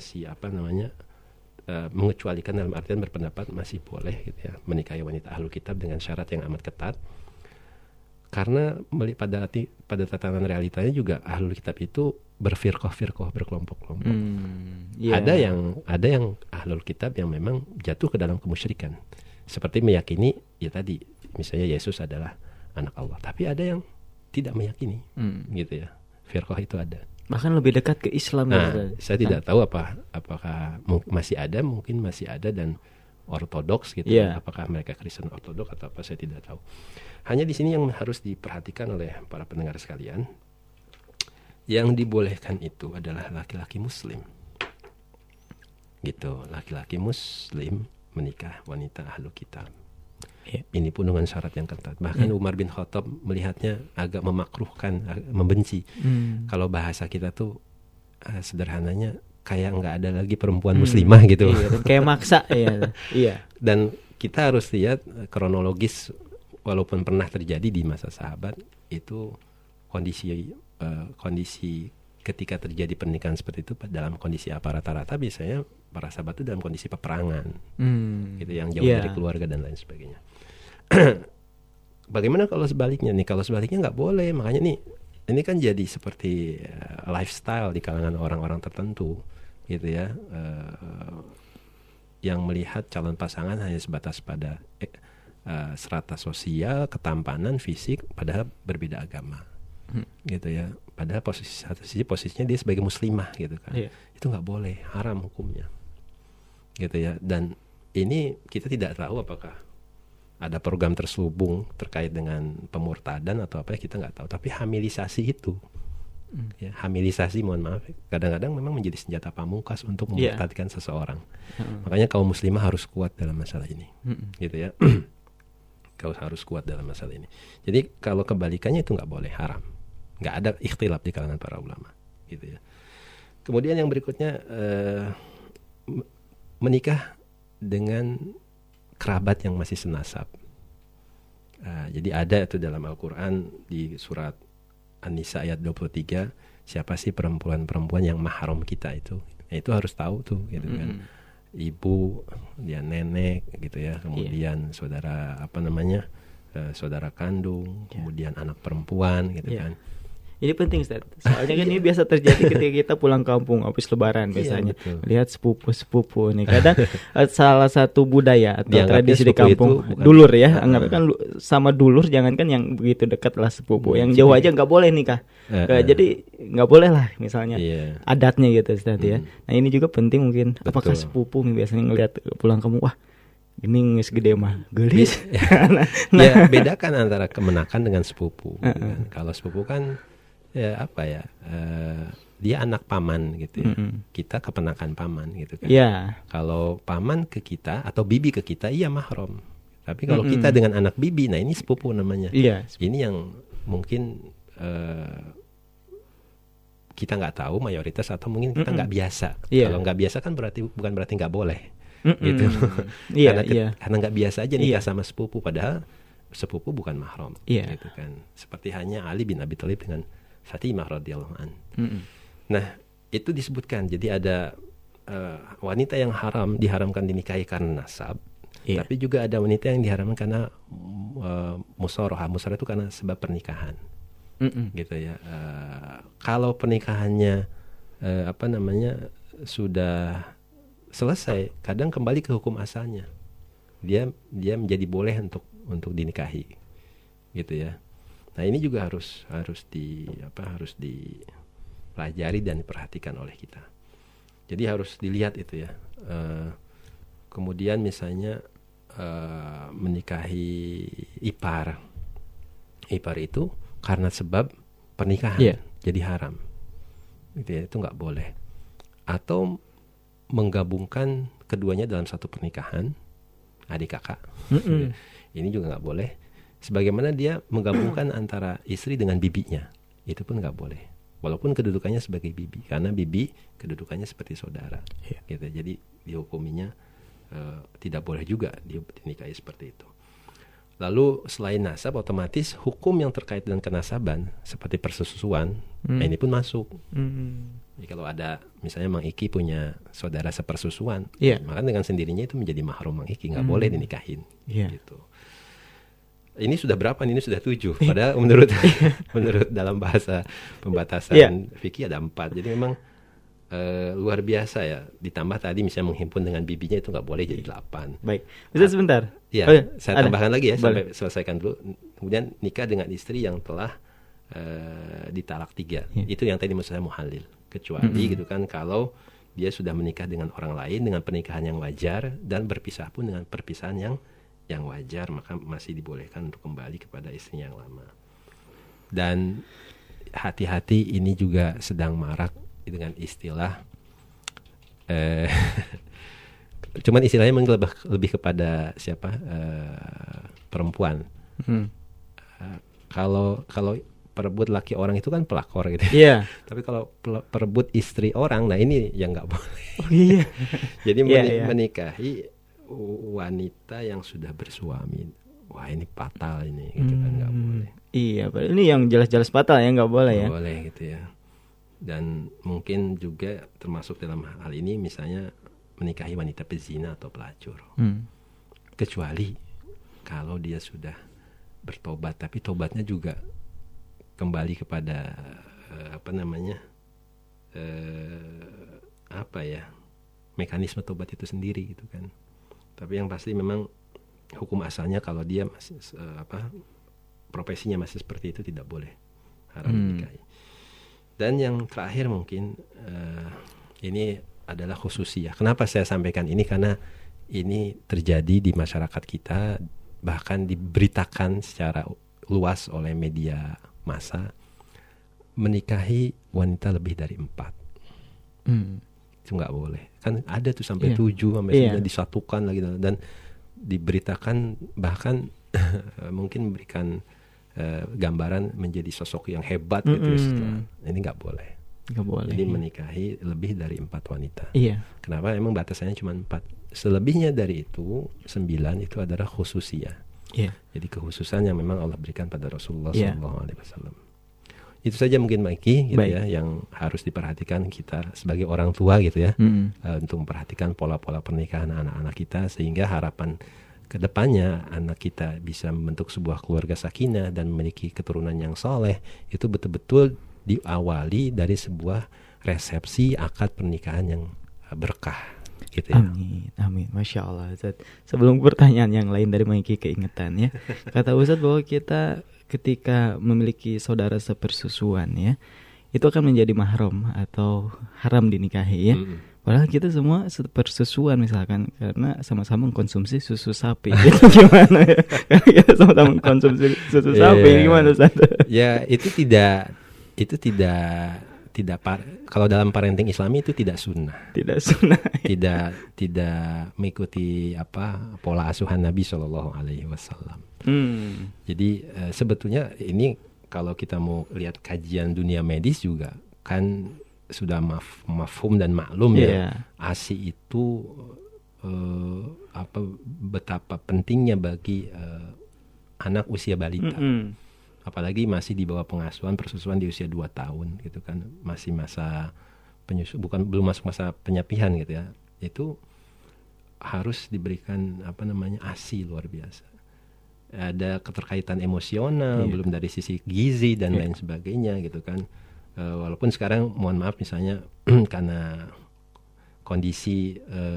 mengecualikan, dalam artian berpendapat masih boleh gitu ya menikahi wanita ahlul kitab dengan syarat yang amat ketat. Karena pada tatanan realitanya juga ahlul kitab itu berfirqah, berkelompok-kelompok. Ada yang ahlul kitab yang memang jatuh ke dalam kemusyrikan, seperti meyakini ya tadi misalnya Yesus adalah anak Allah, tapi ada yang tidak meyakini gitu ya. Firqah itu ada, bahkan lebih dekat ke Islam. Saya tidak tahu apakah masih ada, mungkin masih ada, dan ortodoks gitu. Apakah mereka Kristen ortodoks atau apa, saya tidak tahu. Hanya di sini yang harus diperhatikan oleh para pendengar sekalian, yang dibolehkan itu adalah laki-laki muslim gitu, laki-laki muslim menikah wanita ahlu kitab. Ini pun dengan syarat yang ketat. Bahkan Umar bin Khattab melihatnya agak memakruhkan, membenci. Kalau bahasa kita tuh sederhananya kayak nggak ada lagi perempuan muslimah gitu. Kayak maksa. Dan kita harus lihat kronologis, walaupun pernah terjadi di masa sahabat itu kondisi ketika terjadi pernikahan seperti itu dalam kondisi apa, rata-rata biasanya para sahabat itu dalam kondisi peperangan gitu, yang jauh dari keluarga dan lain sebagainya. Bagaimana kalau sebaliknya nih? Kalau sebaliknya nggak boleh. Makanya nih, ini kan jadi seperti lifestyle di kalangan orang-orang tertentu gitu ya, yang melihat calon pasangan hanya sebatas pada strata sosial, ketampanan, fisik, padahal berbeda agama gitu ya. Padahal posisinya dia sebagai muslimah gitu kan. Itu nggak boleh, haram hukumnya gitu ya. Dan ini kita tidak tahu apakah ada program terselubung terkait dengan pemurtadan atau apa, kita nggak tahu. Tapi hamilisasi itu, ya, hamilisasi, mohon maaf, kadang-kadang memang menjadi senjata pamungkas untuk memurtadkan seseorang. Makanya kaum muslimah harus kuat dalam masalah ini, gitu ya. Kau harus kuat dalam masalah ini. Jadi kalau kebalikannya itu nggak boleh, haram. Nggak ada ikhtilaf di kalangan para ulama, gitu ya. Kemudian yang berikutnya, menikah dengan kerabat yang masih senasab. Jadi ada itu dalam Al-Quran di surat An-Nisa ayat 23, siapa sih perempuan-perempuan yang mahram kita itu? Nah, itu harus tahu tuh, gitu kan. Ibu, dia nenek, gitu ya. Kemudian saudara saudara kandung, kemudian anak perempuan, gitu kan. Ini penting, Ustaz. Soalnya kan ini biasa terjadi ketika kita pulang kampung habis lebaran biasanya. Lihat sepupu-sepupu nih. Kadang salah satu budaya atau tradisi di kampung, dulur ya. Anggap kan sama dulur, jangankan yang begitu dekat lah sepupu. Yang jauh aja nggak boleh nikah. Jadi nggak boleh lah misalnya adatnya gitu, Ustaz ya. Nah ini juga penting mungkin. Apakah sepupu biasanya ngelihat pulang kampung, wah ini segede mah gelis. Ya, bedakan antara kemenakan dengan sepupu. Kan. Kalau sepupu kan ya apa ya, dia anak paman gitu ya. Kita kepenakan paman gitu kan. Kalau paman ke kita atau bibi ke kita, iya mahram. Tapi kalau kita dengan anak bibi, nah ini sepupu namanya. Ini yang mungkin kita nggak tahu mayoritas, atau mungkin kita nggak biasa. Kalau nggak biasa kan bukan berarti nggak boleh gitu. Karena nggak biasa aja nikah sama sepupu, padahal sepupu bukan mahram gitu kan. Seperti hanya Ali bin Abi Thalib dengan Fatimah radhiyallahu an. Nah, itu disebutkan. Jadi ada wanita yang diharamkan dinikahi karena nasab, tapi juga ada wanita yang diharamkan karena musorohah. Musorohah itu karena sebab pernikahan, gitu ya. Kalau pernikahannya sudah selesai, kadang kembali ke hukum asalnya. Dia menjadi boleh untuk dinikahi, gitu ya. Nah ini juga harus dipelajari dan diperhatikan oleh kita. Jadi harus dilihat itu ya. Kemudian misalnya menikahi ipar itu karena sebab pernikahan, jadi haram. Gitu ya, itu nggak boleh. Atau menggabungkan keduanya dalam satu pernikahan, adik kakak. Ini juga nggak boleh. Sebagaimana dia menggabungkan antara istri dengan bibinya, itu pun nggak boleh. Walaupun kedudukannya sebagai bibi, karena bibi kedudukannya seperti saudara. Gitu. Jadi dihukuminya tidak boleh juga dinikahi seperti itu. Lalu selain nasab, otomatis hukum yang terkait dengan kenasaban seperti persusuan, ini pun masuk. Jadi kalau ada misalnya Mang Iki punya saudara sepersusuan, maka dengan sendirinya itu menjadi mahram Mang Iki, nggak boleh dinikahin. Gitu. Ini sudah berapa? Ini sudah 7. Padahal menurut dalam bahasa pembatasan fikih ada 4. Jadi memang luar biasa ya. Ditambah tadi misalnya menghimpun dengan bibinya itu nggak boleh, jadi 8. Baik. Bisa sebentar? Saya tambahkan lagi ya sampai selesaikan dulu. Kemudian nikah dengan istri yang telah ditalak 3. Itu yang tadi maksud saya muhalil. Kecuali gitu kan kalau dia sudah menikah dengan orang lain dengan pernikahan yang wajar dan berpisah pun dengan perpisahan yang wajar, maka masih dibolehkan untuk kembali kepada istrinya yang lama. Dan hati-hati, ini juga sedang marak dengan istilah cuman istilahnya lebih kepada perempuan. Kalau perebut laki orang itu kan pelakor gitu. Tapi kalau perebut istri orang, nah ini yang nggak boleh. Jadi menikahi wanita yang sudah bersuami, wah ini fatal ini, gitu kan, nggak boleh. Ini yang jelas-jelas fatal ya, nggak boleh ya. Nggak boleh gitu ya. Dan mungkin juga termasuk dalam hal ini misalnya menikahi wanita pezina atau pelacur. Kecuali kalau dia sudah bertobat, tapi tobatnya juga kembali kepada mekanisme tobat itu sendiri gitu kan. Tapi yang pasti memang hukum asalnya kalau dia masih profesinya masih seperti itu tidak boleh, haram dinikahi. Dan yang terakhir mungkin ini adalah khususiyah. Kenapa saya sampaikan ini? Karena ini terjadi di masyarakat kita bahkan diberitakan secara luas oleh media massa, menikahi wanita lebih dari 4. Itu nggak boleh. Kan ada tuh sampai 7 sampai 9 disatukan lagi, dan diberitakan bahkan mungkin memberikan gambaran menjadi sosok yang hebat gitu. Ini nggak boleh. Jadi menikahi lebih dari 4 wanita. Kenapa? Emang batasannya cuma 4. Selebihnya dari itu 9 itu adalah khususiyah. Jadi kekhususan yang memang Allah berikan pada Rasulullah SAW. Itu saja mungkin Maiki gitu ya, yang harus diperhatikan kita sebagai orang tua gitu ya, untuk memperhatikan pola-pola pernikahan anak-anak kita, sehingga harapan kedepannya anak kita bisa membentuk sebuah keluarga sakinah dan memiliki keturunan yang soleh, itu betul-betul diawali dari sebuah resepsi akad pernikahan yang berkah gitu ya. Amin, Masya Allah Ustaz. Sebelum pertanyaan yang lain dari Maiki keingetan ya, kata Ustaz bahwa kita ketika memiliki saudara sepersusuan ya, itu akan menjadi mahram atau haram dinikahi ya. Padahal kita semua sepersusuan misalkan karena sama-sama mengkonsumsi susu sapi. Itu gimana ya? Karena kita sama-sama mengkonsumsi susu sapi, gimana Ustaz? Ya, itu tidak kalau dalam parenting Islami itu tidak sunnah. Tidak mengikuti pola asuhan Nabi SAW. Jadi sebetulnya ini kalau kita mau lihat kajian dunia medis juga kan sudah mafhum dan maklum ya. ASI itu betapa pentingnya bagi anak usia balita. Apalagi masih di bawah pengasuhan persusuan di usia 2 tahun gitu kan, masih masa belum masuk masa penyapihan gitu ya. Itu harus diberikan ASI luar biasa. Ada keterkaitan emosional, belum dari sisi gizi dan lain sebagainya gitu kan. Walaupun sekarang mohon maaf misalnya karena kondisi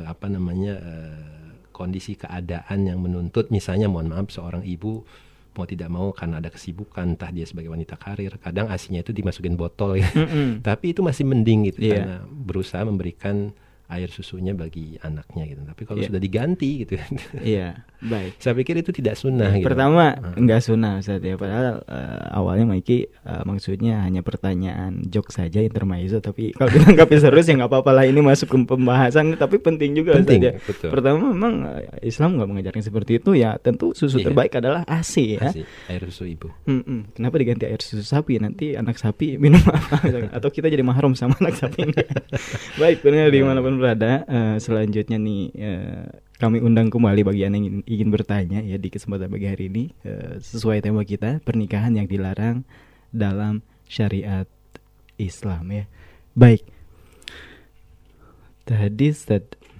kondisi keadaan yang menuntut, misalnya mohon maaf seorang ibu mau tidak mau karena ada kesibukan, entah dia sebagai wanita karir, kadang ASINya itu dimasukin botol ya. Tapi itu masih mending gitu karena berusaha memberikan air susunya bagi anaknya gitu. Tapi kalau sudah diganti gitu, baik. Saya pikir itu tidak sunnah. Gitu. Pertama enggak sunnah Ustaz ya. Padahal awalnya Maiki maksudnya hanya pertanyaan joke saja intermezzo. Tapi kalau ditanggapi serius ya nggak apa-apa lah, ini masuk ke pembahasan. Tapi penting juga Ustaz ya. Betul. Pertama memang Islam nggak mengajarkan seperti itu ya. Tentu susu terbaik adalah ASI ya. Air susu ibu. Kenapa diganti air susu sapi? Nanti anak sapi minum apa? Atau kita jadi mahram sama anak sapi? Baik, benar dimanapun berada. Selanjutnya nih kami undang kembali bagi Anda yang ingin bertanya ya di kesempatan pagi hari ini, sesuai tema kita, pernikahan yang dilarang dalam syariat Islam ya. Baik. Tadi Ustaz,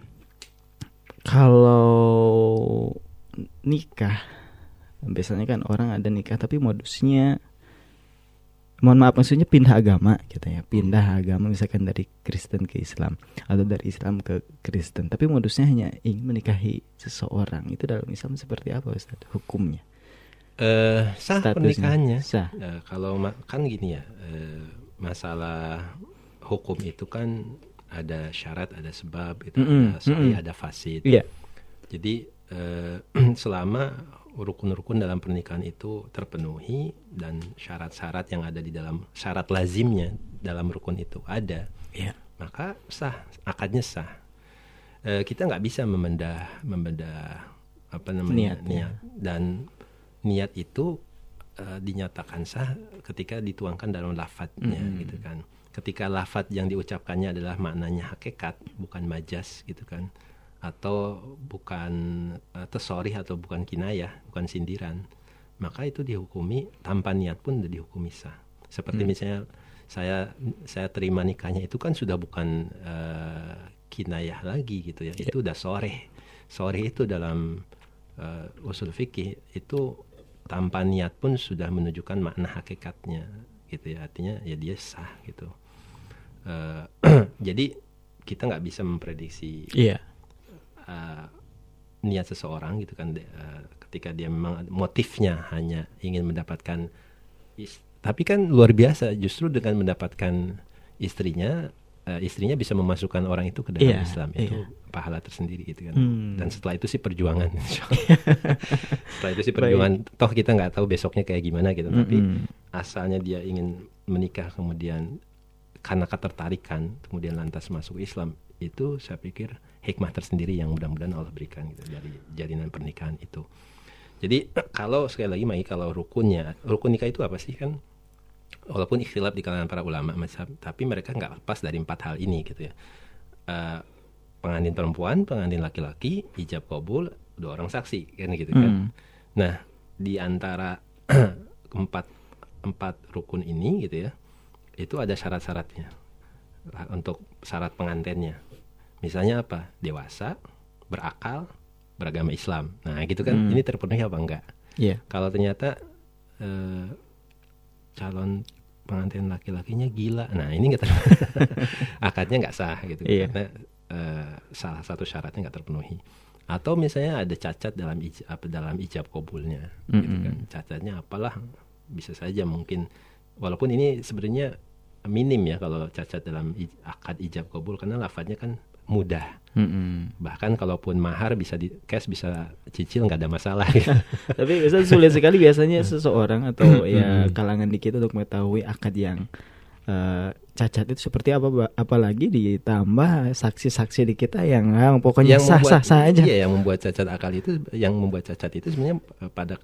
kalau nikah biasanya kan orang ada nikah tapi modusnya, mohon maaf maksudnya pindah agama gitu ya, pindah agama misalkan dari Kristen ke Islam atau dari Islam ke Kristen, tapi modusnya hanya ingin menikahi seseorang. Itu dalam Islam seperti apa Ustaz hukumnya? Sah pernikahannya. Sah. Kalau kan gini ya, masalah hukum itu kan ada syarat, ada sebab, itu ada sahih, ada fasid. Jadi selama rukun-rukun dalam pernikahan itu terpenuhi dan syarat-syarat yang ada di dalam syarat lazimnya dalam rukun itu ada, maka sah, akadnya sah. Kita nggak bisa membedah niat. Dan niat itu dinyatakan sah ketika dituangkan dalam lafadznya gitu kan. Ketika lafadz yang diucapkannya adalah maknanya hakikat, bukan majas gitu kan, atau bukan sorry atau bukan kinayah, bukan sindiran, maka itu dihukumi tanpa niat pun dihukumi sah. Seperti misalnya saya terima nikahnya itu kan sudah bukan kinayah lagi gitu ya, itu udah sorry itu dalam usul fikih itu tanpa niat pun sudah menunjukkan makna hakikatnya gitu ya, artinya ya dia sah gitu. Jadi kita nggak bisa memprediksi niat seseorang gitu kan, ketika dia memang motifnya hanya ingin mendapatkan tapi kan luar biasa justru dengan mendapatkan istrinya istrinya bisa memasukkan orang itu ke dalam Iya, Islam, itu iya. pahala tersendiri gitu kan. Hmm. Dan setelah itu sih perjuangan. Setelah itu sih perjuangan. Toh kita nggak tahu besoknya kayak gimana gitu. Tapi asalnya dia ingin menikah kemudian karena ketertarikan kemudian lantas masuk Islam, itu saya pikir hikmah tersendiri yang mudah-mudahan Allah berikan gitu dari jalinan pernikahan itu. Jadi kalau sekali lagi Mai, kalau rukun nikah itu apa sih kan? Walaupun ikhtilaf di kalangan para ulama mazhab, tapi mereka nggak lepas dari 4 hal ini gitu ya. Pengantin perempuan, pengantin laki-laki, ijab kabul, 2 orang saksi kan gitu kan. Nah, di antara empat rukun ini gitu ya, itu ada syarat-syaratnya untuk syarat pengantinnya. Misalnya apa? Dewasa, berakal, beragama Islam. Nah gitu kan, ini terpenuhi apa enggak? Iya. Kalau ternyata calon pengantin laki-lakinya gila, nah ini nggak akadnya nggak sah gitu. Iya. Karena salah satu syaratnya nggak terpenuhi. Atau misalnya ada cacat dalam ijab kabulnya, gitu kan. Cacatnya apalah, bisa saja mungkin, walaupun ini sebenarnya minim ya kalau cacat dalam akad ijab kabul, karena lafadznya kan mudah. Bahkan kalaupun mahar bisa di cash, bisa cicil, nggak ada masalah gitu. Tapi biasanya sulit sekali biasanya seseorang atau ya kalangan di kita untuk mengetahui akad yang cacat itu seperti apa, apalagi ditambah saksi-saksi di kita yang pokoknya sah-sah aja. Iya, yang membuat cacat itu sebenarnya pada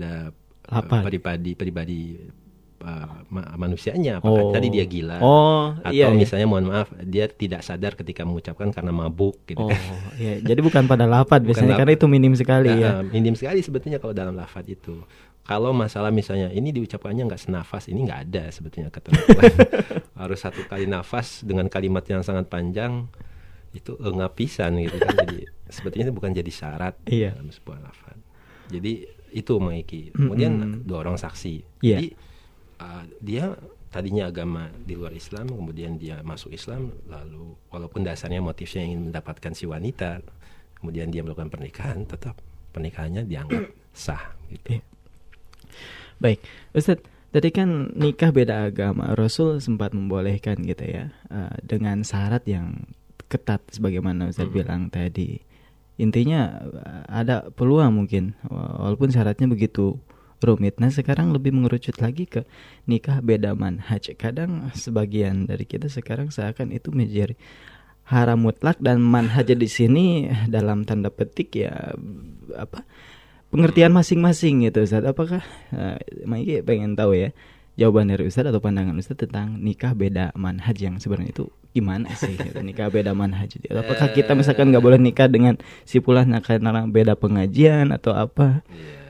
pribadi manusianya, apakah tadi dia gila atau misalnya mohon maaf dia tidak sadar ketika mengucapkan karena mabuk gitu kan. Iya. Jadi bukan pada lafadz biasanya, karena itu minim sekali ya. Minim sekali sebetulnya kalau dalam lafadz itu. Kalau masalah misalnya ini diucapkannya nggak senafas, ini nggak ada sebetulnya ketentuan. Harus 1 kali nafas dengan kalimat yang sangat panjang, itu ngapisan gitu kan. Jadi sebetulnya itu bukan jadi syarat dalam sebuah lafadz. Jadi itu Maiki. Kemudian 2 orang saksi. Jadi dia tadinya agama di luar Islam, kemudian dia masuk Islam, lalu walaupun dasarnya motifnya ingin mendapatkan si wanita, kemudian dia melakukan pernikahan, tetap pernikahannya dianggap sah gitu. Baik, Ustadz, tadi kan nikah beda agama, Rasul sempat membolehkan gitu ya, dengan syarat yang ketat sebagaimana Ustadz bilang tadi. Intinya ada peluang mungkin, walaupun syaratnya begitu rumit. Nah sekarang lebih mengerucut lagi ke nikah beda manhaj. Kadang sebagian dari kita sekarang seakan itu menjadi haram mutlak, dan manhaj di sini dalam tanda petik ya pengertian masing-masing gitu Ustaz. Apakah Maiki pengen tahu ya jawaban dari Ustaz atau pandangan Ustaz tentang nikah beda manhaj yang sebenarnya itu gimana sih gitu, nikah beda manhaj itu. Apakah kita misalkan nggak boleh nikah dengan si fulan karena beda pengajian atau apa?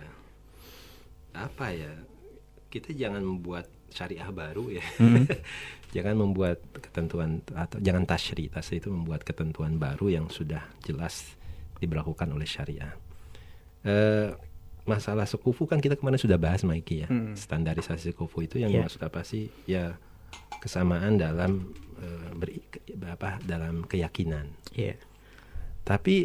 Apa ya, kita jangan membuat syariah baru ya. Jangan membuat ketentuan, atau jangan tasri itu membuat ketentuan baru yang sudah jelas diberlakukan oleh syariah. Masalah sekufu kan kita kemarin sudah bahas Maiki ya. Standarisasi sekufu itu yang maksud apa sih? Ya kesamaan dalam dalam keyakinan. Tapi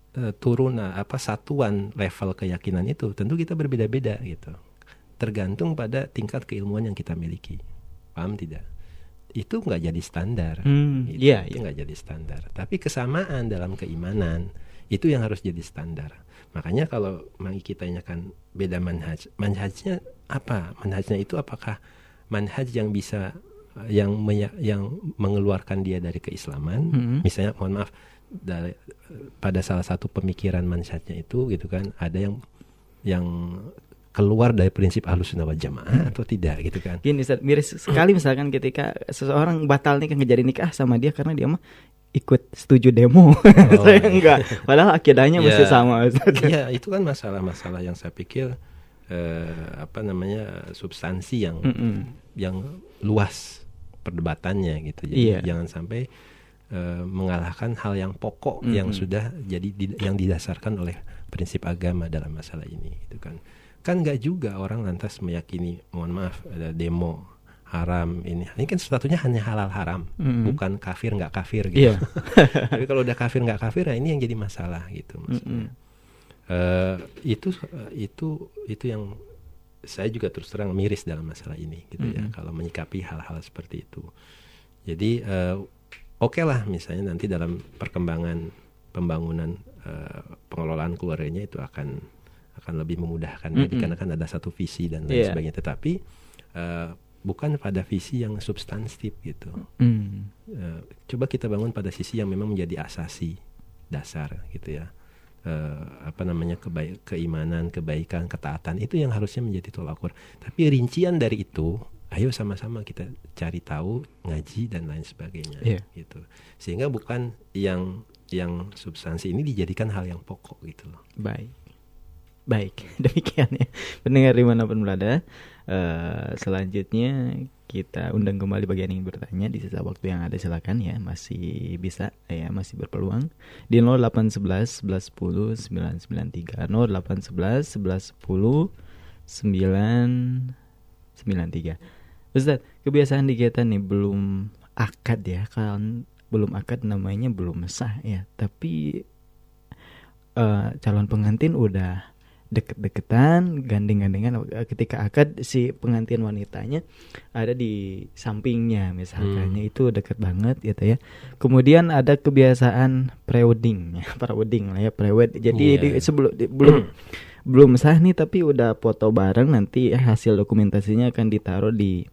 satuan level keyakinan itu tentu kita berbeda-beda gitu. Tergantung pada tingkat keilmuan yang kita miliki. Paham tidak? Itu nggak jadi standar. Itu nggak jadi standar. Tapi kesamaan dalam keimanan itu yang harus jadi standar. Makanya kalau kita tanyakan beda manhaj, manhajnya apa? Manhajnya itu apakah manhaj yang bisa yang mengeluarkan dia dari keislaman? Misalnya mohon maaf, pada salah satu pemikiran manhajnya itu gitu kan, ada yang keluar dari prinsip Ahlussunnah wal Jamaah atau tidak gitu kan. Gini Ustaz, miris sekali misalkan ketika seseorang batal nikah, ngejar nikah sama dia karena dia mah ikut setuju demo. Saya enggak, padahal akidahnya masih sama Ustaz. Iya, itu kan masalah-masalah yang saya pikir substansi yang luas perdebatannya gitu. Jadi jangan sampai mengalahkan hal yang pokok yang sudah yang didasarkan oleh prinsip agama dalam masalah ini gitu kan. Kan nggak juga orang lantas meyakini, mohon maaf, ada demo haram ini kan sesuatunya hanya halal haram, bukan kafir nggak kafir gitu. Tapi kalau udah kafir nggak kafir, nah ini yang jadi masalah gitu maksudnya. Itu yang saya juga terus terang miris dalam masalah ini gitu ya, kalau menyikapi hal-hal seperti itu. Jadi oke lah misalnya nanti dalam perkembangan pembangunan pengelolaan keluarganya itu akan lebih memudahkan karena kan ada satu visi dan lain sebagainya, tetapi bukan pada visi yang substantif gitu. Coba kita bangun pada sisi yang memang menjadi asasi dasar gitu ya. Keimanan, kebaikan, ketaatan itu yang harusnya menjadi tolak ukur. Tapi rincian dari itu, ayo sama-sama kita cari tahu, ngaji dan lain sebagainya gitu. Sehingga bukan yang substansi ini dijadikan hal yang pokok gitu loh. Baik, demikian ya pendengar dimanapun berada. Selanjutnya kita undang kembali bagi yang ingin bertanya di sisa waktu yang ada, silakan ya, masih bisa ya, masih berpeluang di 0811 1110 993 0811 1110 993. Ustaz, kebiasaan di kita nih belum akad ya, kan belum akad namanya belum sah ya, tapi calon pengantin udah deket-deketan, gandeng-gandengan. Ketika akad si pengantin wanitanya ada di sampingnya misalkan, itu deket banget gitu ya. Kemudian ada kebiasaan pre-wedding lah ya, pre-wed. Jadi belum sah nih, tapi udah foto bareng, nanti hasil dokumentasinya akan ditaruh di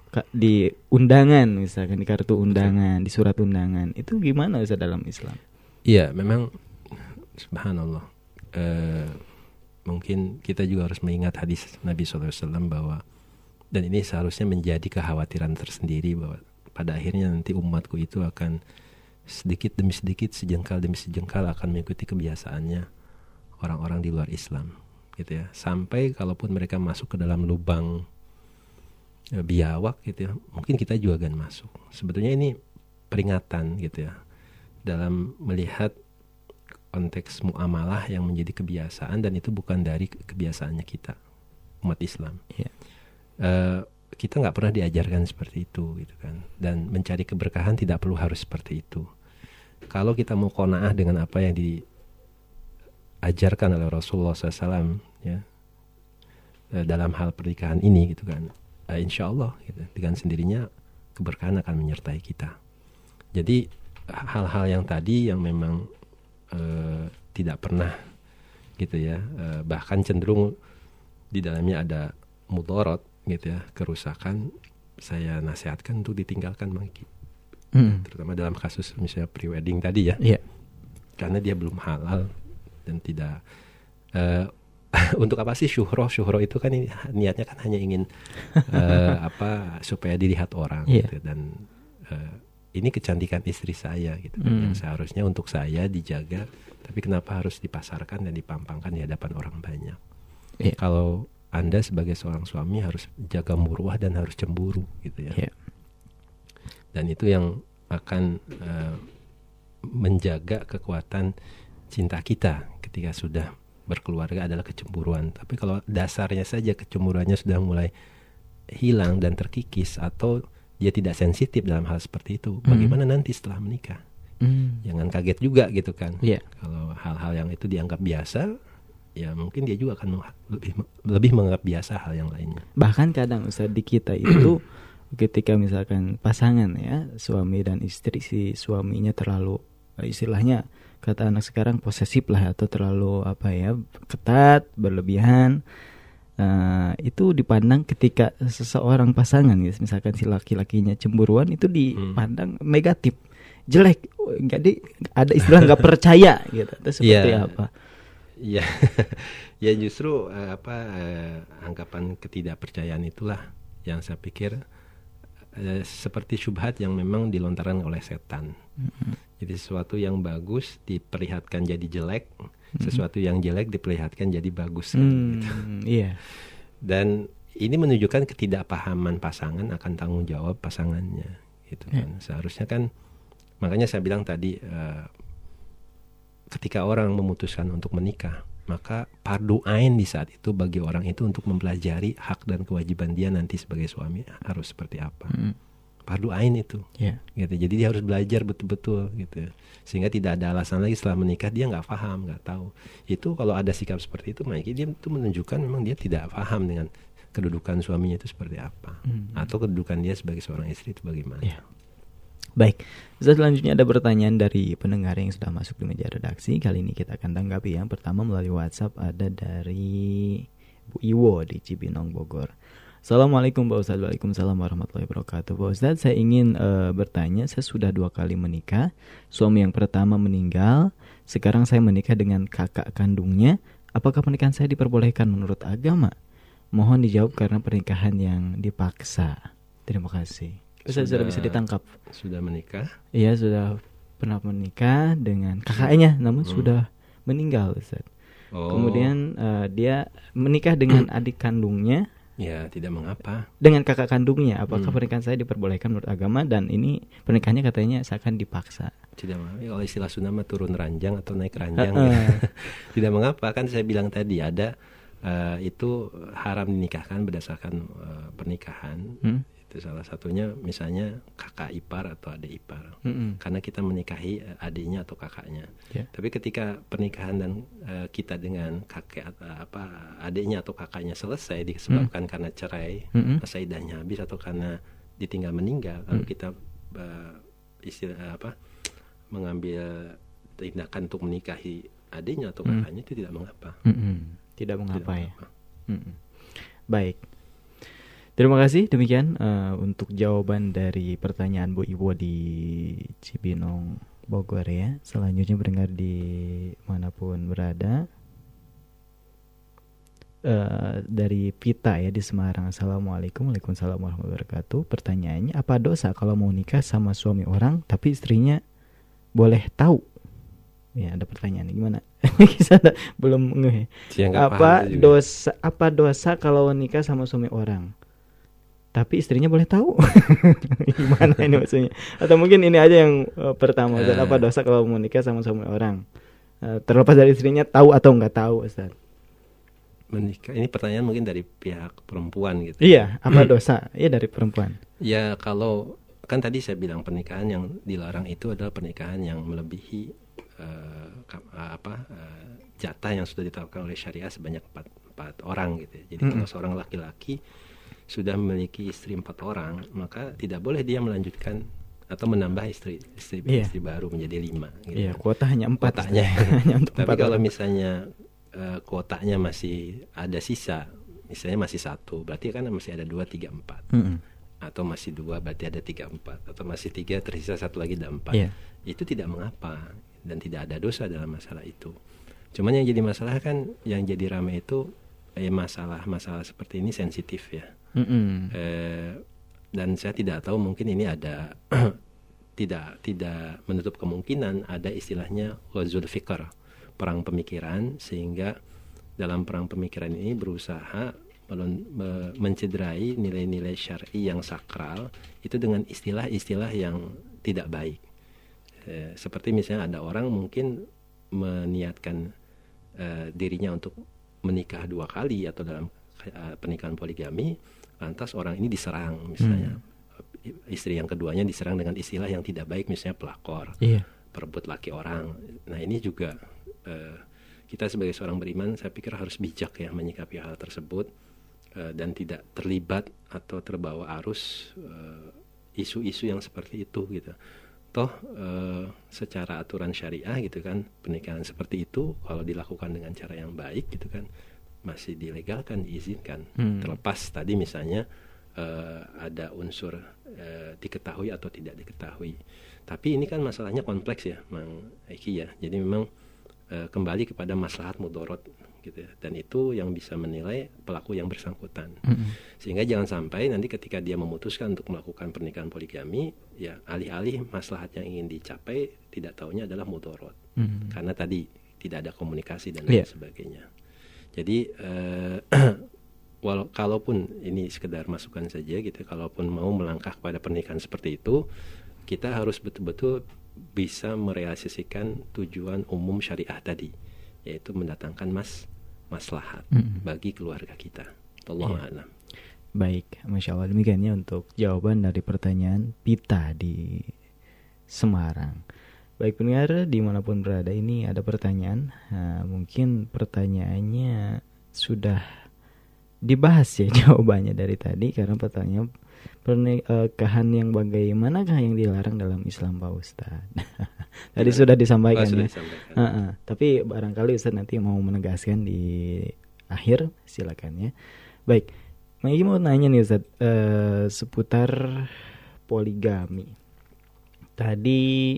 undangan misalkan, di kartu undangan, di surat undangan. Itu gimana Ustaz dalam Islam? Iya, memang subhanallah. Mungkin kita juga harus mengingat hadis Nabi SAW bahwa, dan ini seharusnya menjadi kekhawatiran tersendiri, bahwa pada akhirnya nanti umatku itu akan sedikit demi sedikit, sejengkal demi sejengkal akan mengikuti kebiasaannya orang-orang di luar Islam gitu ya. Sampai kalaupun mereka masuk ke dalam lubang biawak gitu ya, mungkin kita juga akan masuk. Sebetulnya ini peringatan gitu ya, dalam melihat konteks muamalah yang menjadi kebiasaan, dan itu bukan dari kebiasaannya kita umat Islam. Kita nggak pernah diajarkan seperti itu gitu kan, dan mencari keberkahan tidak perlu harus seperti itu. Kalau kita mau qanaah dengan apa yang diajarkan oleh Rasulullah SAW ya, dalam hal pernikahan ini gitu kan, insya Allah gitu, dengan sendirinya keberkahan akan menyertai kita. Jadi hal-hal yang tadi yang memang tidak pernah gitu ya, bahkan cenderung di dalamnya ada mudorot gitu ya, kerusakan, saya nasihatkan untuk ditinggalkan terutama dalam kasus misalnya pre-wedding tadi ya, karena dia belum halal dan tidak untuk apa sih syuhroh itu kan niatnya kan hanya ingin supaya dilihat orang gitu, dan ini kecantikan istri saya gitu yang seharusnya untuk saya dijaga, tapi kenapa harus dipasarkan dan dipampangkan di hadapan orang banyak? Kalau Anda sebagai seorang suami harus jaga muruah dan harus cemburu gitu ya. Dan itu yang akan menjaga kekuatan cinta kita ketika sudah berkeluarga adalah kecemburuan. Tapi kalau dasarnya saja kecemburuannya sudah mulai hilang dan terkikis, atau dia tidak sensitif dalam hal seperti itu, bagaimana nanti setelah menikah? Jangan kaget juga gitu kan. Kalau hal-hal yang itu dianggap biasa, ya mungkin dia juga akan lebih menganggap biasa hal yang lainnya. Bahkan kadang Ustaz di kita itu ketika misalkan pasangan ya, suami dan istri, si suaminya terlalu istilahnya kata anak sekarang posesif lah, atau terlalu ketat, berlebihan. Itu dipandang ketika seseorang pasangan ya, misalkan si laki-lakinya cemburuan, itu dipandang negatif, jelek, jadi ada istilah nggak percaya gitu. Itu seperti apa? Ya justru anggapan ketidakpercayaan itulah yang saya pikir seperti syubhat yang memang dilontarkan oleh setan. Jadi sesuatu yang bagus diperlihatkan jadi jelek, sesuatu yang jelek diperlihatkan jadi bagus gitu. Dan ini menunjukkan ketidakpahaman pasangan akan tanggung jawab pasangannya gitu kan. Seharusnya kan, makanya saya bilang tadi, ketika orang memutuskan untuk menikah, maka fardu ain di saat itu bagi orang itu untuk mempelajari hak dan kewajiban dia nanti sebagai suami harus seperti apa. Fardu ain itu gitu. Jadi dia harus belajar betul-betul gitu, sehingga tidak ada alasan lagi setelah menikah dia nggak paham, nggak tahu. Itu kalau ada sikap seperti itu, maka dia itu menunjukkan memang dia tidak paham dengan kedudukan suaminya itu seperti apa, atau kedudukan dia sebagai seorang istri itu bagaimana. Baik, Ustaz, selanjutnya ada pertanyaan dari pendengar yang sudah masuk di meja redaksi. Kali ini kita akan tanggapi yang pertama melalui WhatsApp, ada dari Bu Iwo di Cibinong, Bogor. Assalamualaikum Pak Ustaz. Waalaikumsalam warahmatullahi wabarakatuh. Pak Ustaz, saya ingin bertanya, saya sudah 2 kali menikah. Suami yang pertama meninggal, sekarang saya menikah dengan kakak kandungnya. Apakah pernikahan saya diperbolehkan menurut agama? Mohon dijawab karena pernikahan yang dipaksa. Terima kasih. Ustaz, sudah bisa ditangkap. Sudah menikah? Iya, sudah pernah menikah dengan kakaknya, namun sudah meninggal, Ustaz. Kemudian dia menikah dengan adik kandungnya. Ya, tidak mengapa. Dengan kakak kandungnya, apakah pernikahan saya diperbolehkan menurut agama? Dan ini pernikahannya katanya seakan dipaksa. Tidak mengapa. Kalau istilah Sunda mah turun ranjang atau naik ranjang. Tidak mengapa, kan saya bilang tadi ada itu haram dinikahkan berdasarkan pernikahan. Itu salah satunya misalnya kakak ipar atau adik ipar, karena kita menikahi adiknya atau kakaknya. Tapi ketika pernikahan dan kita dengan kakek adiknya atau kakaknya selesai disebabkan karena cerai, masa iddahnya habis atau karena ditinggal meninggal, lalu kita mengambil tindakan untuk menikahi adiknya atau kakaknya, itu tidak mengapa. Tidak mengapa ya. Baik. Terima kasih, demikian untuk jawaban dari pertanyaan Bu Iwo di Cibinong, Bogor ya. Selanjutnya pendengar di manapun berada, dari Pita ya di Semarang. Assalamualaikum. Waalaikumsalam warahmatullahi wabarakatuh. Pertanyaannya, apa dosa kalau mau nikah sama suami orang tapi istrinya boleh tahu? Ya, ada pertanyaan gimana? Kita belum ngeh. Apa dosa kalau nikah sama suami orang tapi istrinya boleh tahu? Gimana ini maksudnya? Atau mungkin ini aja yang pertama, Ustaz, apa dosa kalau mau nikah sama suami orang terlepas dari istrinya tahu atau nggak tahu, Ustaz? Menikah, ini pertanyaan mungkin dari pihak perempuan gitu. Iya, apa dosa? Iya, dari perempuan. Ya, kalau kan tadi saya bilang pernikahan yang dilarang itu adalah pernikahan yang melebihi jatah yang sudah ditetapkan oleh syariah sebanyak 4 orang gitu. Jadi kalau seorang laki-laki sudah memiliki istri 4 orang, maka tidak boleh dia melanjutkan atau menambah istri baru menjadi 5 gitu. Iya, kuota hanya 4. Kuotanya. Hanya untuk Tapi 4 kalau orang. misalnya kuotanya masih ada sisa, misalnya masih 1, berarti kan masih ada 2, 3, 4. Atau masih 2, berarti ada 3, 4. Atau masih 3, tersisa 1 lagi, ada 4. Itu tidak mengapa dan tidak ada dosa dalam masalah itu. Cuman yang jadi masalah kan, yang jadi ramai itu masalah seperti ini sensitif ya. Dan saya tidak tahu, mungkin ini ada tidak menutup kemungkinan ada istilahnya ghazul fikr, perang pemikiran, sehingga dalam perang pemikiran ini berusaha mencederai nilai-nilai syar'i yang sakral itu dengan istilah-istilah yang tidak baik. Seperti misalnya ada orang mungkin meniatkan dirinya untuk menikah 2 kali atau dalam pernikahan poligami, lantas orang ini diserang misalnya, istri yang keduanya diserang dengan istilah yang tidak baik, misalnya pelakor, perebut laki orang. Nah ini juga kita sebagai seorang beriman, saya pikir harus bijak ya menyikapi hal tersebut, dan tidak terlibat atau terbawa arus isu-isu yang seperti itu gitu. Toh secara aturan syariah gitu kan, pernikahan seperti itu kalau dilakukan dengan cara yang baik gitu kan, masih dilegalkan, diizinkan. Terlepas tadi misalnya ada unsur diketahui atau tidak diketahui. Tapi ini kan masalahnya kompleks ya, Mang Eki ya. Jadi memang kembali kepada maslahat mudorot gitu ya. Dan itu yang bisa menilai pelaku yang bersangkutan. Sehingga jangan sampai nanti ketika dia memutuskan untuk melakukan pernikahan poligami, ya alih-alih maslahat yang ingin dicapai, tidak taunya adalah mudorot. Karena tadi tidak ada komunikasi dan lain sebagainya. Jadi kalaupun ini sekedar masukan saja gitu, kalaupun mau melangkah kepada pernikahan seperti itu, kita harus betul-betul bisa merealisasikan tujuan umum syariah tadi, yaitu mendatangkan maslahat bagi keluarga kita. Wallahu a'lam. Baik, Masya Allah, demikian ya untuk jawaban dari pertanyaan Pita di Semarang. Baik pendengar dimanapun berada, ini ada pertanyaan, mungkin pertanyaannya sudah dibahas ya jawabannya dari tadi, karena pertanyaan Pernikahan yang bagaimanakah yang dilarang dalam Islam Pak Ustadz? Tadi sudah disampaikan ya. Tapi barangkali Ustadz nanti mau menegaskan di akhir, silakan ya. Baik, Maiki mau nanya nih Ustadz seputar poligami. Tadi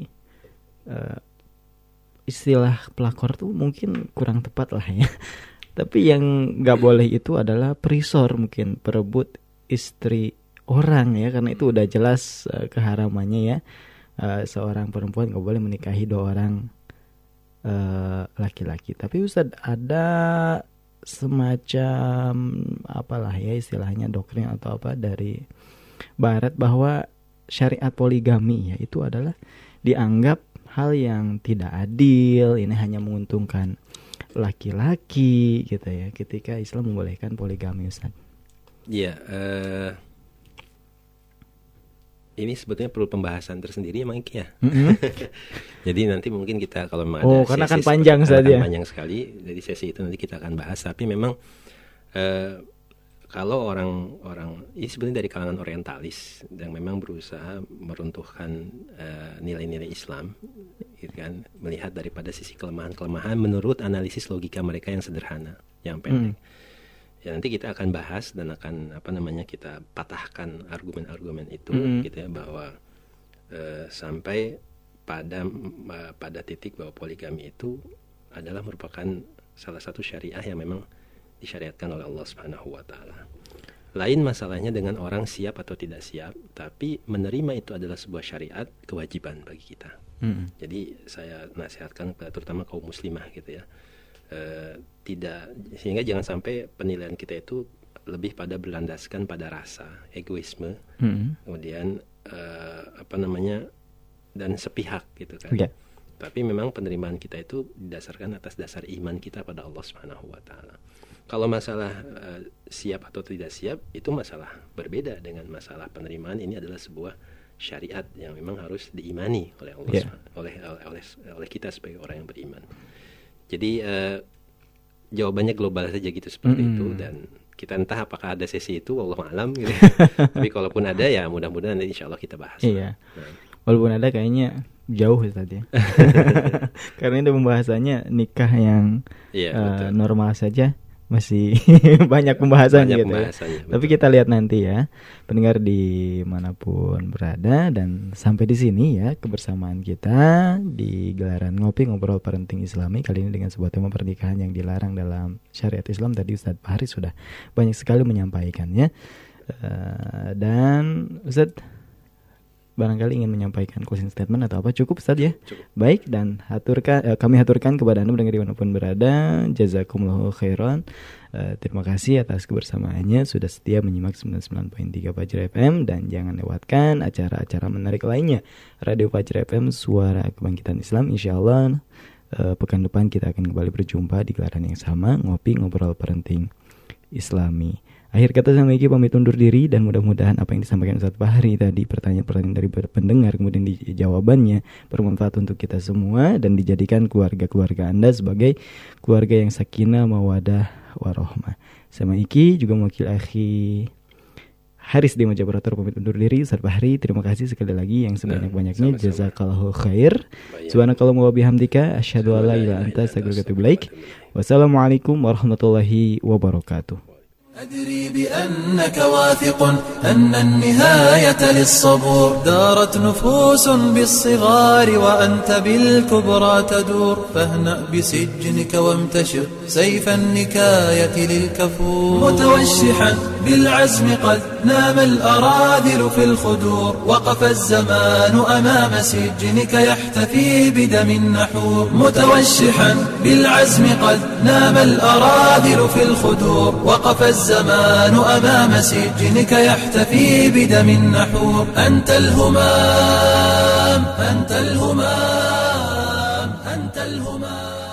istilah pelakor tuh mungkin kurang tepat lah ya. Tapi yang nggak boleh itu adalah perisor, mungkin perebut istri orang ya, karena itu udah jelas keharamannya ya. Seorang perempuan nggak boleh menikahi 2 orang laki-laki. Tapi Ustadz, ada semacam apalah ya istilahnya, doktrin atau apa dari Barat bahwa syariat poligami ya itu adalah dianggap hal yang tidak adil, ini hanya menguntungkan laki-laki gitu ya, ketika Islam membolehkan poligami, Ustaz. Iya, ini sebetulnya perlu pembahasan tersendiri emang ya. Jadi nanti mungkin kita kalau ada karena akan panjang saja. Panjang sekali. Jadi sesi itu nanti kita akan bahas. Tapi memang kalau orang ini sebenarnya dari kalangan orientalis yang memang berusaha meruntuhkan nilai-nilai Islam, gitu kan, melihat daripada sisi kelemahan-kelemahan menurut analisis logika mereka yang sederhana, yang pendek. Ya nanti kita akan bahas dan akan kita patahkan argumen-argumen itu, gitu ya, bahwa sampai pada titik bahwa poligami itu adalah merupakan salah satu syariah yang memang disyariatkan oleh Allah Subhanahu wa taala. Lain masalahnya dengan orang siap atau tidak siap, tapi menerima itu adalah sebuah syariat, kewajiban bagi kita. Jadi saya nasihatkan terutama kaum muslimah gitu ya. Sehingga jangan sampai penilaian kita itu lebih pada berlandaskan pada rasa, egoisme, kemudian dan sepihak gitu kan. Tapi memang penerimaan kita itu didasarkan atas dasar iman kita pada Allah Subhanahu wa taala. Kalau masalah siap atau tidak siap itu masalah berbeda dengan masalah penerimaan. Ini adalah sebuah syariat yang memang harus diimani oleh Allah, oleh kita sebagai orang yang beriman. Jadi jawabannya global saja gitu seperti itu, dan kita entah apakah ada sesi itu, wallahu alam gitu. Tapi kalaupun ada ya mudah-mudahan nanti insya Allah kita bahas. Iya. Walaupun ada kayaknya jauh tadi ya. Karena itu pembahasannya nikah yang normal saja masih banyak pembahasannya gitu ya. Tapi kita lihat nanti ya, pendengar dimanapun berada, dan sampai di sini ya kebersamaan kita di gelaran ngopi ngobrol parenting Islami kali ini dengan sebuah tema pernikahan yang dilarang dalam syariat Islam. Tadi Ustadz Fahri sudah banyak sekali menyampaikannya, dan Ustadz barangkali ingin menyampaikan closing statement atau apa, cukup Ustaz ya? Cukup. Baik, dan kami haturkan kepada Anda mendengar dimanapun berada, jazakumullahu khairan. Terima kasih atas kebersamaannya, sudah setia menyimak 99.3 Fajri FM, dan jangan lewatkan acara-acara menarik lainnya Radio Fajri FM, Suara Kebangkitan Islam. Insyaallah pekan depan kita akan kembali berjumpa di gelaran yang sama, ngopi ngobrol parenting Islami. Akhir kata saya Maiki pamit undur diri, dan mudah-mudahan apa yang disampaikan Ustadz Fahri tadi, pertanyaan-pertanyaan dari pendengar, kemudian jawabannya bermanfaat untuk kita semua dan dijadikan keluarga-keluarga Anda sebagai keluarga yang sakinah, mawadah, warohmah. Saya Maiki juga mewakili akhi Haris di Majapahit pamit undur diri. Ustadz Fahri, terima kasih sekali lagi yang sebanyak-banyaknya. Jazakallahu khair. Subhanakallahumma wa bihamdika asyhadu an la ilaha illa anta astaghfiruka wa atubu ilaik. Wassalamualaikum warahmatullahi wabarakatuh. أدري بأنك واثق أن النهاية للصبور دارت نفوس بالصغار وأنت بالكبرى تدور فاهنأ بسجنك وامتشر سيف النكاية للكفور متوشحا بالعزم قد نام الأراذل في الخدور وقف الزمان أمام سجنك يحتفي بدم النحور متوشحا بالعزم قد نام الأراذل في الخدور وقف الزمان أمام سجنك يحتفي بدم النحور أنت الهمام أنت الهمام أنت الهمام.